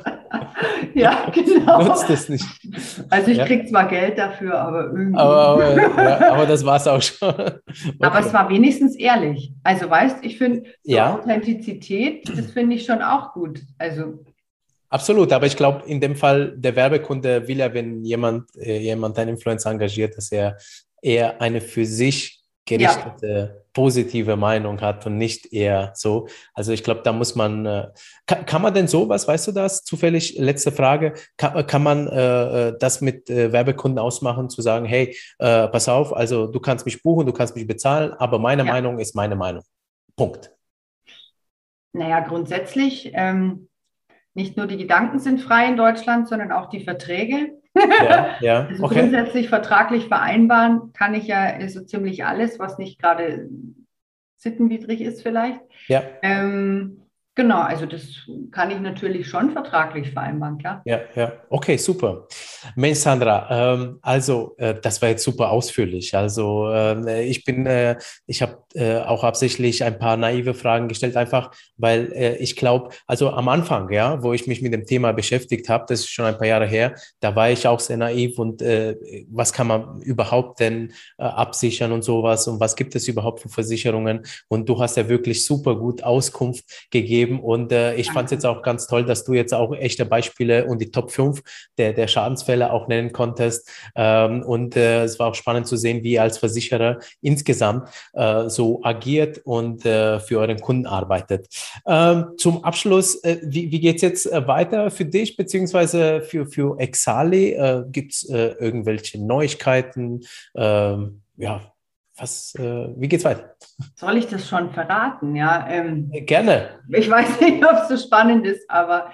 Ja, genau. Nutzt es nicht. Also ich Ja, kriege zwar Geld dafür, aber aber, irgendwie. aber, ja, aber das war's auch schon. Aber es Okay. war wenigstens ehrlich. Also weißt, ich finde so Ja. Authentizität, das finde ich schon auch gut. Also Absolut, aber ich glaube, in dem Fall, der Werbekunde will ja, wenn jemand, äh, jemand einen Influencer engagiert, dass er eher eine für sich ja, gerichtete, positive Meinung hat und nicht eher so. Also ich glaube, da muss man, äh, kann, kann man denn sowas, weißt du das? Zufällig, letzte Frage, kann, kann man äh, äh, das mit äh, Werbekunden ausmachen, zu sagen, hey, äh, pass auf, also du kannst mich buchen, du kannst mich bezahlen, aber meine ja. Meinung ist meine Meinung. Punkt. Naja, grundsätzlich, ähm, nicht nur die Gedanken sind frei in Deutschland, sondern auch die Verträge. Ja, ja, Also okay. grundsätzlich vertraglich vereinbaren kann ich ja so ziemlich alles, was nicht gerade sittenwidrig ist vielleicht. Ja. Ähm, genau, also das kann ich natürlich schon vertraglich vereinbaren, klar. Ja, ja, okay, super. Mensch, Sandra, ähm, also äh, das war jetzt super ausführlich. Also ähm, äh, ich bin, äh, ich habe äh, auch absichtlich ein paar naive Fragen gestellt, einfach weil äh, ich glaube, also am Anfang, ja, wo ich mich mit dem Thema beschäftigt habe, das ist schon ein paar Jahre her, da war ich auch sehr naiv und äh, was kann man überhaupt denn äh, absichern und sowas und was gibt es überhaupt für Versicherungen? Und du hast ja wirklich super gut Auskunft gegeben und äh, ich fand es jetzt Danke. auch ganz toll, dass du jetzt auch echte Beispiele und die Top fünf der, der Schadensfälle auch nennen konntest. Ähm, und äh, es war auch spannend zu sehen, wie ihr als Versicherer insgesamt äh, so agiert und äh, für euren Kunden arbeitet. Ähm, zum Abschluss, äh, wie, wie geht es jetzt äh, weiter für dich beziehungsweise für, für Exali? Äh, Gibt es äh, irgendwelche Neuigkeiten? Ähm, ja. Was, äh, wie geht's weiter? Soll ich das schon verraten? Ja, ähm, Gerne. ich weiß nicht, ob es so spannend ist, aber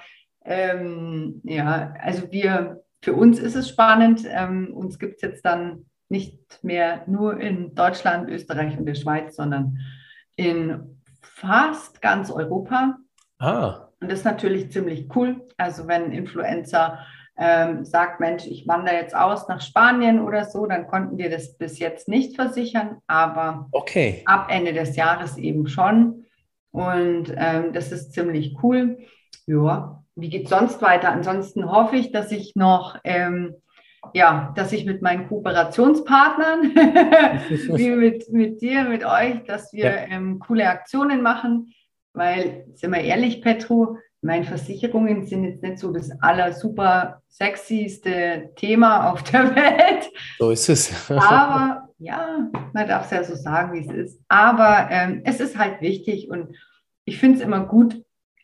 ähm, ja, also wir, für uns ist es spannend. Ähm, uns gibt es jetzt dann nicht mehr nur in Deutschland, Österreich und der Schweiz, sondern in fast ganz Europa. Ah, Und das ist natürlich ziemlich cool. Also wenn ein Influencer ähm, sagt, Mensch, ich wandere jetzt aus nach Spanien oder so, dann konnten wir das bis jetzt nicht versichern, aber okay. ab Ende des Jahres eben schon. Und ähm, das ist ziemlich cool. Ja, wie geht es sonst weiter? Ansonsten hoffe ich, dass ich noch, ähm, ja, dass ich mit meinen Kooperationspartnern, wie mit, mit dir, mit euch, dass wir Ja, ähm, coole Aktionen machen, weil, sind wir ehrlich, Petro, meine Versicherungen sind jetzt nicht so das aller super sexyste Thema auf der Welt. so ist es. Aber ja, man darf es ja so sagen, wie es ist. Aber ähm, es ist halt wichtig und ich finde es immer gut,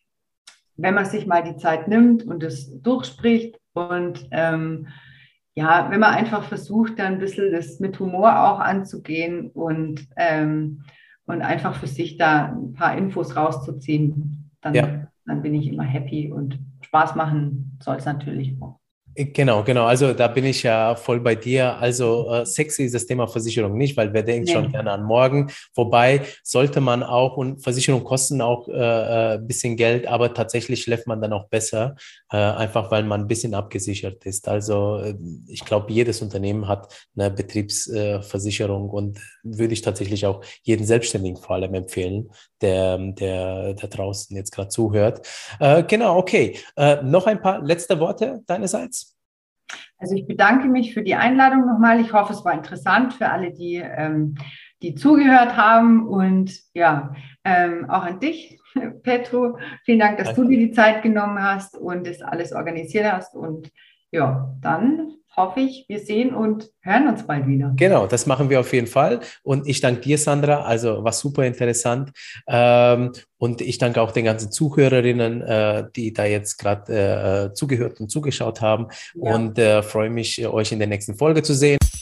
wenn man sich mal die Zeit nimmt und es durchspricht und ähm, ja, wenn man einfach versucht, dann ein bisschen das mit Humor auch anzugehen und, ähm, und einfach für sich da ein paar Infos rauszuziehen, Ja. dann, dann bin ich immer happy und Spaß machen soll es natürlich auch. Genau, genau. Also da bin ich ja voll bei dir. Also äh, sexy ist das Thema Versicherung nicht, weil wer denkt schon Nee. gerne an morgen. Wobei sollte man auch, und Versicherungen kosten auch äh, ein bisschen Geld, aber tatsächlich schläft man dann auch besser, äh, einfach weil man ein bisschen abgesichert ist. Also äh, ich glaube, jedes Unternehmen hat eine Betriebsversicherung äh, und würde ich tatsächlich auch jeden Selbstständigen vor allem empfehlen, der, der, der draußen jetzt gerade zuhört. Äh, genau, okay. Äh, noch ein paar letzte Worte deinerseits? Also ich bedanke mich für die Einladung nochmal. Ich hoffe, es war interessant für alle, die, ähm, die zugehört haben. Und ja, ähm, auch an dich, Petro. Vielen Dank, dass du Danke. dir die Zeit genommen hast und das alles organisiert hast. Und ja, dann hoffe ich, wir sehen und hören uns bald wieder. Genau, das machen wir auf jeden Fall. Und ich danke dir, Sandra. Also war super interessant. Ähm, und ich danke auch den ganzen Zuhörerinnen, äh, die da jetzt gerade äh, zugehört und zugeschaut haben. Ja. Und äh, freue mich, euch in der nächsten Folge zu sehen.